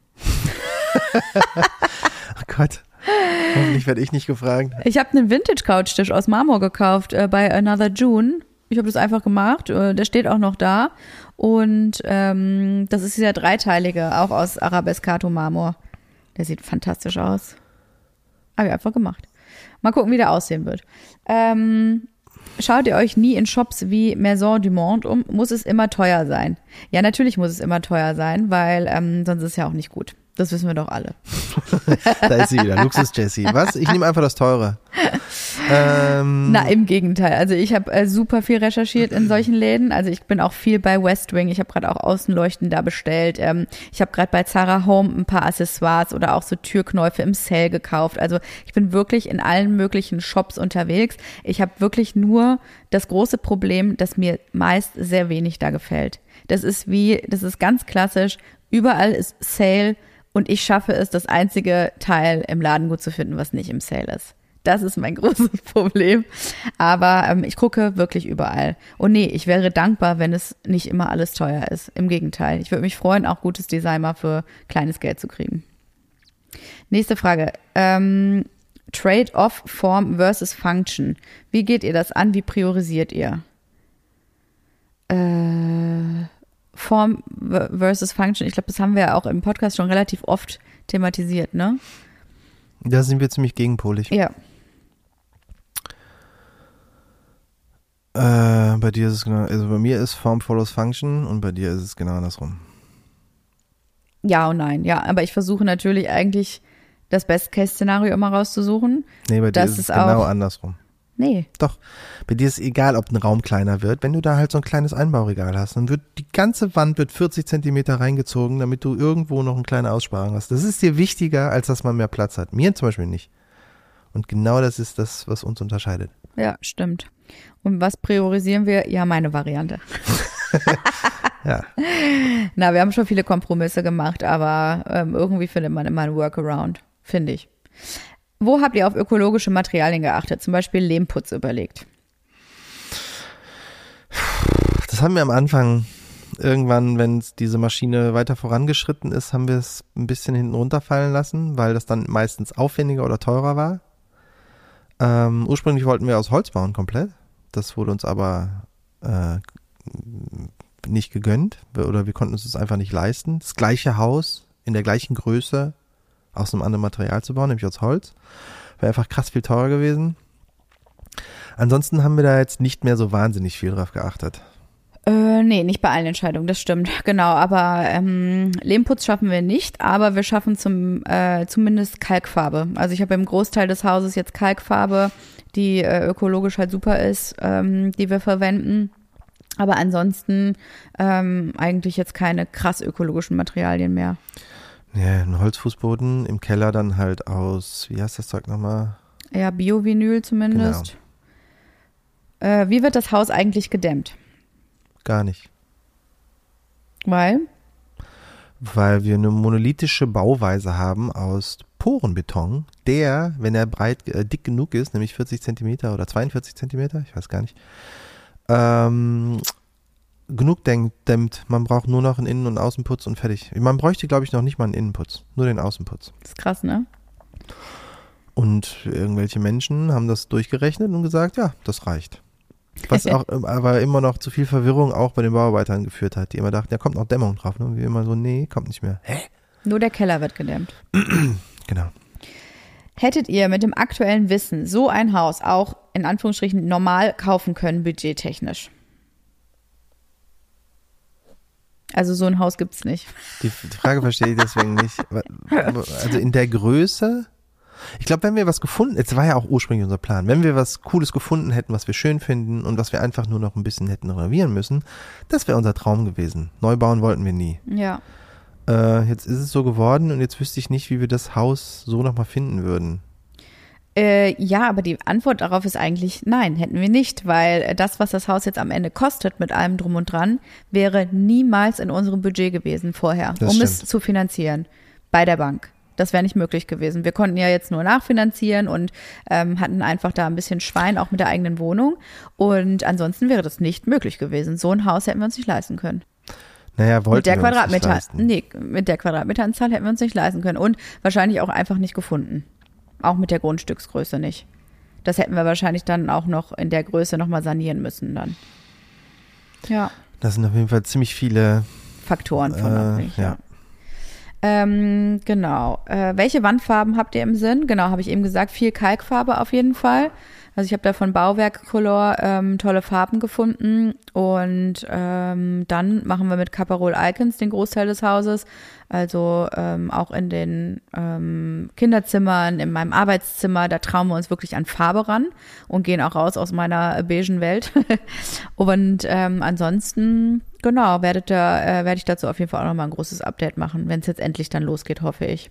Oh Gott. Hoffentlich werde ich nicht gefragt. Ich habe einen Vintage-Couchtisch aus Marmor gekauft äh, bei Another June. Ich habe das einfach gemacht. Äh, der steht auch noch da. Und ähm, das ist dieser dreiteilige, auch aus Arabescato-Marmor. Der sieht fantastisch aus. Habe ich einfach gemacht. Mal gucken, wie der aussehen wird. Ähm, schaut ihr euch nie in Shops wie Maison du Monde um? Muss es immer teuer sein? Ja, natürlich muss es immer teuer sein, weil ähm, sonst ist es ja auch nicht gut. Das wissen wir doch alle. Da ist sie wieder, Luxus-Jessie. Was? Ich nehme einfach das Teure. Ähm, Na, im Gegenteil. Also ich habe äh, super viel recherchiert in solchen Läden. Also ich bin auch viel bei Westwing. Ich habe gerade auch Außenleuchten da bestellt. Ähm, ich habe gerade bei Zara Home ein paar Accessoires oder auch so Türknäufe im Sale gekauft. Also ich bin wirklich in allen möglichen Shops unterwegs. Ich habe wirklich nur das große Problem, dass mir meist sehr wenig da gefällt. Das ist wie, das ist ganz klassisch. Überall ist Sale. Und ich schaffe es, das einzige Teil im Laden gut zu finden, was nicht im Sale ist. Das ist mein großes Problem. Aber ähm, ich gucke wirklich überall. Und nee, ich wäre dankbar, wenn es nicht immer alles teuer ist. Im Gegenteil. Ich würde mich freuen, auch gutes Design mal für kleines Geld zu kriegen. Nächste Frage. Ähm, Trade-off Form versus Function. Wie geht ihr das an? Wie priorisiert ihr? Äh... Form versus Function. Ich glaube, das haben wir ja auch im Podcast schon relativ oft thematisiert, ne? Da sind wir ziemlich gegenpolig. Ja. Äh, bei dir ist es genau, also bei mir ist Form follows Function und bei dir ist es genau andersrum. Ja und nein, ja. Aber ich versuche natürlich eigentlich das Best-Case-Szenario immer rauszusuchen. Nee, bei dir ist es genau andersrum. Nee. Doch. Bei dir ist egal, ob ein Raum kleiner wird. Wenn du da halt so ein kleines Einbauregal hast, dann wird die ganze Wand wird vierzig Zentimeter reingezogen, damit du irgendwo noch eine kleine Aussparung hast. Das ist dir wichtiger, als dass man mehr Platz hat. Mir zum Beispiel nicht. Und genau das ist das, was uns unterscheidet. Ja, stimmt. Und was priorisieren wir? Ja, meine Variante. Ja. Na, wir haben schon viele Kompromisse gemacht, aber ähm, irgendwie findet man immer einen Workaround, finde ich. Wo habt ihr auf ökologische Materialien geachtet? Zum Beispiel Lehmputz überlegt? Das haben wir am Anfang irgendwann, wenn diese Maschine weiter vorangeschritten ist, haben wir es ein bisschen hinten runterfallen lassen, weil das dann meistens aufwendiger oder teurer war. Ähm, ursprünglich wollten wir aus Holz bauen komplett. Das wurde uns aber äh, nicht gegönnt oder wir konnten uns das einfach nicht leisten. Das gleiche Haus in der gleichen Größe aus einem anderen Material zu bauen, nämlich aus Holz. Wäre einfach krass viel teurer gewesen. Ansonsten haben wir da jetzt nicht mehr so wahnsinnig viel drauf geachtet. Äh, nee, nicht bei allen Entscheidungen, das stimmt. Genau, aber ähm, Lehmputz schaffen wir nicht, aber wir schaffen zum äh, zumindest Kalkfarbe. Also ich habe im Großteil des Hauses jetzt Kalkfarbe, die äh, ökologisch halt super ist, ähm, die wir verwenden. Aber ansonsten ähm, eigentlich jetzt keine krass ökologischen Materialien mehr. Ja, ein Holzfußboden, im Keller dann halt aus, wie heißt das Zeug nochmal? Ja, Bio-Vinyl zumindest. Genau. Äh, wie wird das Haus eigentlich gedämmt? Gar nicht. Weil? Weil wir eine monolithische Bauweise haben aus Porenbeton, der, wenn er breit, äh, dick genug ist, nämlich vierzig Zentimeter oder zweiundvierzig Zentimeter, ich weiß gar nicht, ähm, genug dämmt. Man braucht nur noch einen Innen- und Außenputz und fertig. Man bräuchte, glaube ich, noch nicht mal einen Innenputz, nur den Außenputz. Das ist krass, ne? Und irgendwelche Menschen haben das durchgerechnet und gesagt, ja, das reicht. Was auch aber immer noch zu viel Verwirrung auch bei den Bauarbeitern geführt hat, die immer dachten, ja, kommt noch Dämmung drauf. Ne? Und wir immer so, nee, kommt nicht mehr. Hä? Nur der Keller wird gedämmt. Genau. Hättet ihr mit dem aktuellen Wissen so ein Haus auch in Anführungsstrichen normal kaufen können, budgettechnisch? Also so ein Haus gibt's nicht. Die, die Frage verstehe ich deswegen nicht. Also in der Größe, ich glaube, wenn wir was gefunden, jetzt war ja auch ursprünglich unser Plan, wenn wir was Cooles gefunden hätten, was wir schön finden und was wir einfach nur noch ein bisschen hätten renovieren müssen, das wäre unser Traum gewesen. Neu bauen wollten wir nie. Ja. Äh, jetzt ist es so geworden und jetzt wüsste ich nicht, wie wir das Haus so nochmal finden würden. Äh, ja, aber die Antwort darauf ist eigentlich nein, hätten wir nicht, weil das, was das Haus jetzt am Ende kostet mit allem drum und dran, wäre niemals in unserem Budget gewesen vorher, Das um stimmt. es zu finanzieren bei der Bank. Das wäre nicht möglich gewesen. Wir konnten ja jetzt nur nachfinanzieren und ähm, hatten einfach da ein bisschen Schwein, auch mit der eigenen Wohnung. Und ansonsten wäre das nicht möglich gewesen. So ein Haus hätten wir uns nicht leisten können. Naja, wollten Mit der wir uns nicht Quadratmeter, leisten. nee, mit der Quadratmeteranzahl hätten wir uns nicht leisten können. Und wahrscheinlich auch einfach nicht gefunden. Auch mit der Grundstücksgröße nicht. Das hätten wir wahrscheinlich dann auch noch in der Größe nochmal sanieren müssen dann. Ja. Das sind auf jeden Fall ziemlich viele. Faktoren von Äh, abhängig, ja. ja. Ähm, genau. Äh, welche Wandfarben habt ihr im Sinn? Genau, habe ich eben gesagt, viel Kalkfarbe auf jeden Fall. Also ich habe da von Bauwerk Color ähm, tolle Farben gefunden und ähm, dann machen wir mit Caparol Icons den Großteil des Hauses. Also ähm, auch in den ähm, Kinderzimmern, in meinem Arbeitszimmer, da trauen wir uns wirklich an Farbe ran und gehen auch raus aus meiner beigen Welt. Und ähm, ansonsten, genau, werdet da, äh, werde ich dazu auf jeden Fall auch nochmal ein großes Update machen, wenn es jetzt endlich dann losgeht, hoffe ich.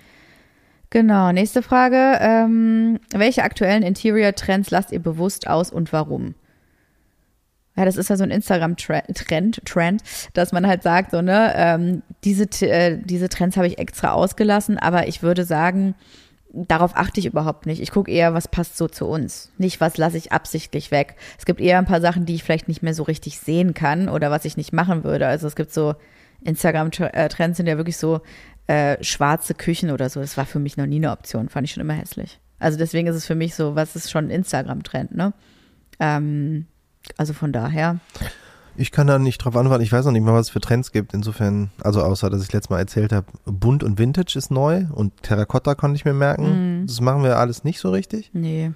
Genau, nächste Frage. Ähm, welche aktuellen Interior-Trends lasst ihr bewusst aus und warum? Ja, das ist ja so ein Instagram-Trend, Trend, dass man halt sagt, so, ne, ähm, diese, äh, diese Trends habe ich extra ausgelassen, aber ich würde sagen, darauf achte ich überhaupt nicht. Ich gucke eher, was passt so zu uns. Nicht, was lasse ich absichtlich weg. Es gibt eher ein paar Sachen, die ich vielleicht nicht mehr so richtig sehen kann oder was ich nicht machen würde. Also es gibt so Instagram-Trends, sind ja wirklich so äh, schwarze Küchen oder so. Das war für mich noch nie eine Option. Fand ich schon immer hässlich. Also deswegen ist es für mich so, was ist schon ein Instagram-Trend, ne? Ähm, also von daher. Ich kann da nicht drauf antworten. Ich weiß noch nicht mal, was es für Trends gibt. Insofern, also außer, dass ich letztes Mal erzählt habe, Bunt und Vintage ist neu und Terrakotta konnte ich mir merken. Mm. Das machen wir alles nicht so richtig. Nee.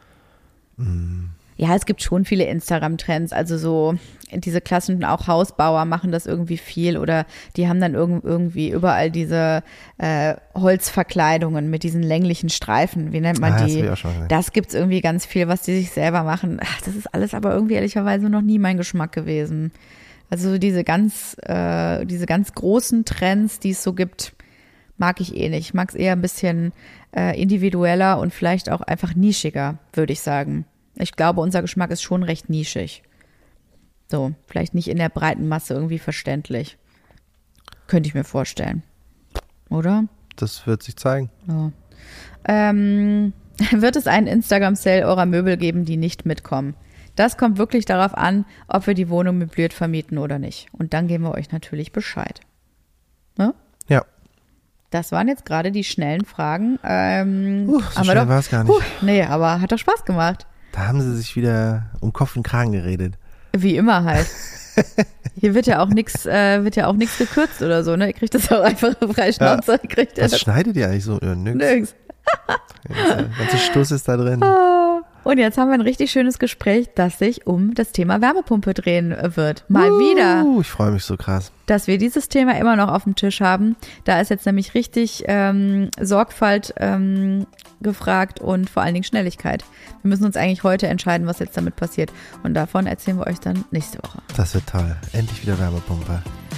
Mm. Ja, es gibt schon viele Instagram-Trends, also so diese klassischen, auch Hausbauer machen das irgendwie viel oder die haben dann irg- irgendwie überall diese äh, Holzverkleidungen mit diesen länglichen Streifen, wie nennt man Ah, das die? hab ich auch schon gesehen. Das gibt's irgendwie ganz viel, was die sich selber machen. Ach, das ist alles aber irgendwie ehrlicherweise noch nie mein Geschmack gewesen. Also diese ganz, äh, diese ganz großen Trends, die es so gibt, mag ich eh nicht. Ich mag es eher ein bisschen äh, individueller und vielleicht auch einfach nischiger, würde ich sagen. Ich glaube, unser Geschmack ist schon recht nischig. So, vielleicht nicht in der breiten Masse irgendwie verständlich. Könnte ich mir vorstellen. Oder? Das wird sich zeigen. Ja. Ähm, wird es einen Instagram-Sale eurer Möbel geben, die nicht mitkommen? Das kommt wirklich darauf an, ob wir die Wohnung möbliert vermieten oder nicht. Und dann geben wir euch natürlich Bescheid. Ne? Ja. Das waren jetzt gerade die schnellen Fragen. Ähm, Uh, so haben wir schnell doch- war es gar nicht. Huh, nee, aber hat doch Spaß gemacht. Da haben sie sich wieder um Kopf und Kragen geredet. Wie immer halt. Hier wird ja auch nichts, äh, wird ja auch nichts gekürzt oder so, ne? Ihr kriegt das auch einfach frei Schnauze. Ihr kriegt Was das schneidet ihr eigentlich so? Ja, nix. nix. Der ganze Stuss ist da drin. Und jetzt haben wir ein richtig schönes Gespräch, das sich um das Thema Wärmepumpe drehen wird. Mal uh, wieder. Ich freue mich so krass. Dass wir dieses Thema immer noch auf dem Tisch haben. Da ist jetzt nämlich richtig ähm, Sorgfalt ähm, gefragt und vor allen Dingen Schnelligkeit. Wir müssen uns eigentlich heute entscheiden, was jetzt damit passiert. Und davon erzählen wir euch dann nächste Woche. Das wird toll. Endlich wieder Wärmepumpe.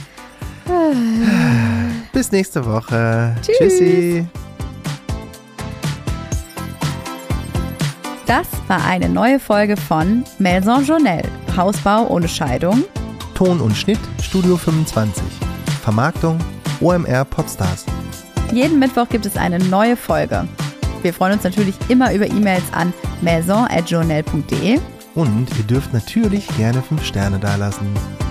Bis nächste Woche. Tschüss. Tschüssi. Das war eine neue Folge von Maison Journelle. Hausbau ohne Scheidung. Ton und Schnitt Studio fünfundzwanzig. Vermarktung O M R Podstars. Jeden Mittwoch gibt es eine neue Folge. Wir freuen uns natürlich immer über E-Mails an maison at journelle punkt de. Und ihr dürft natürlich gerne fünf Sterne dalassen.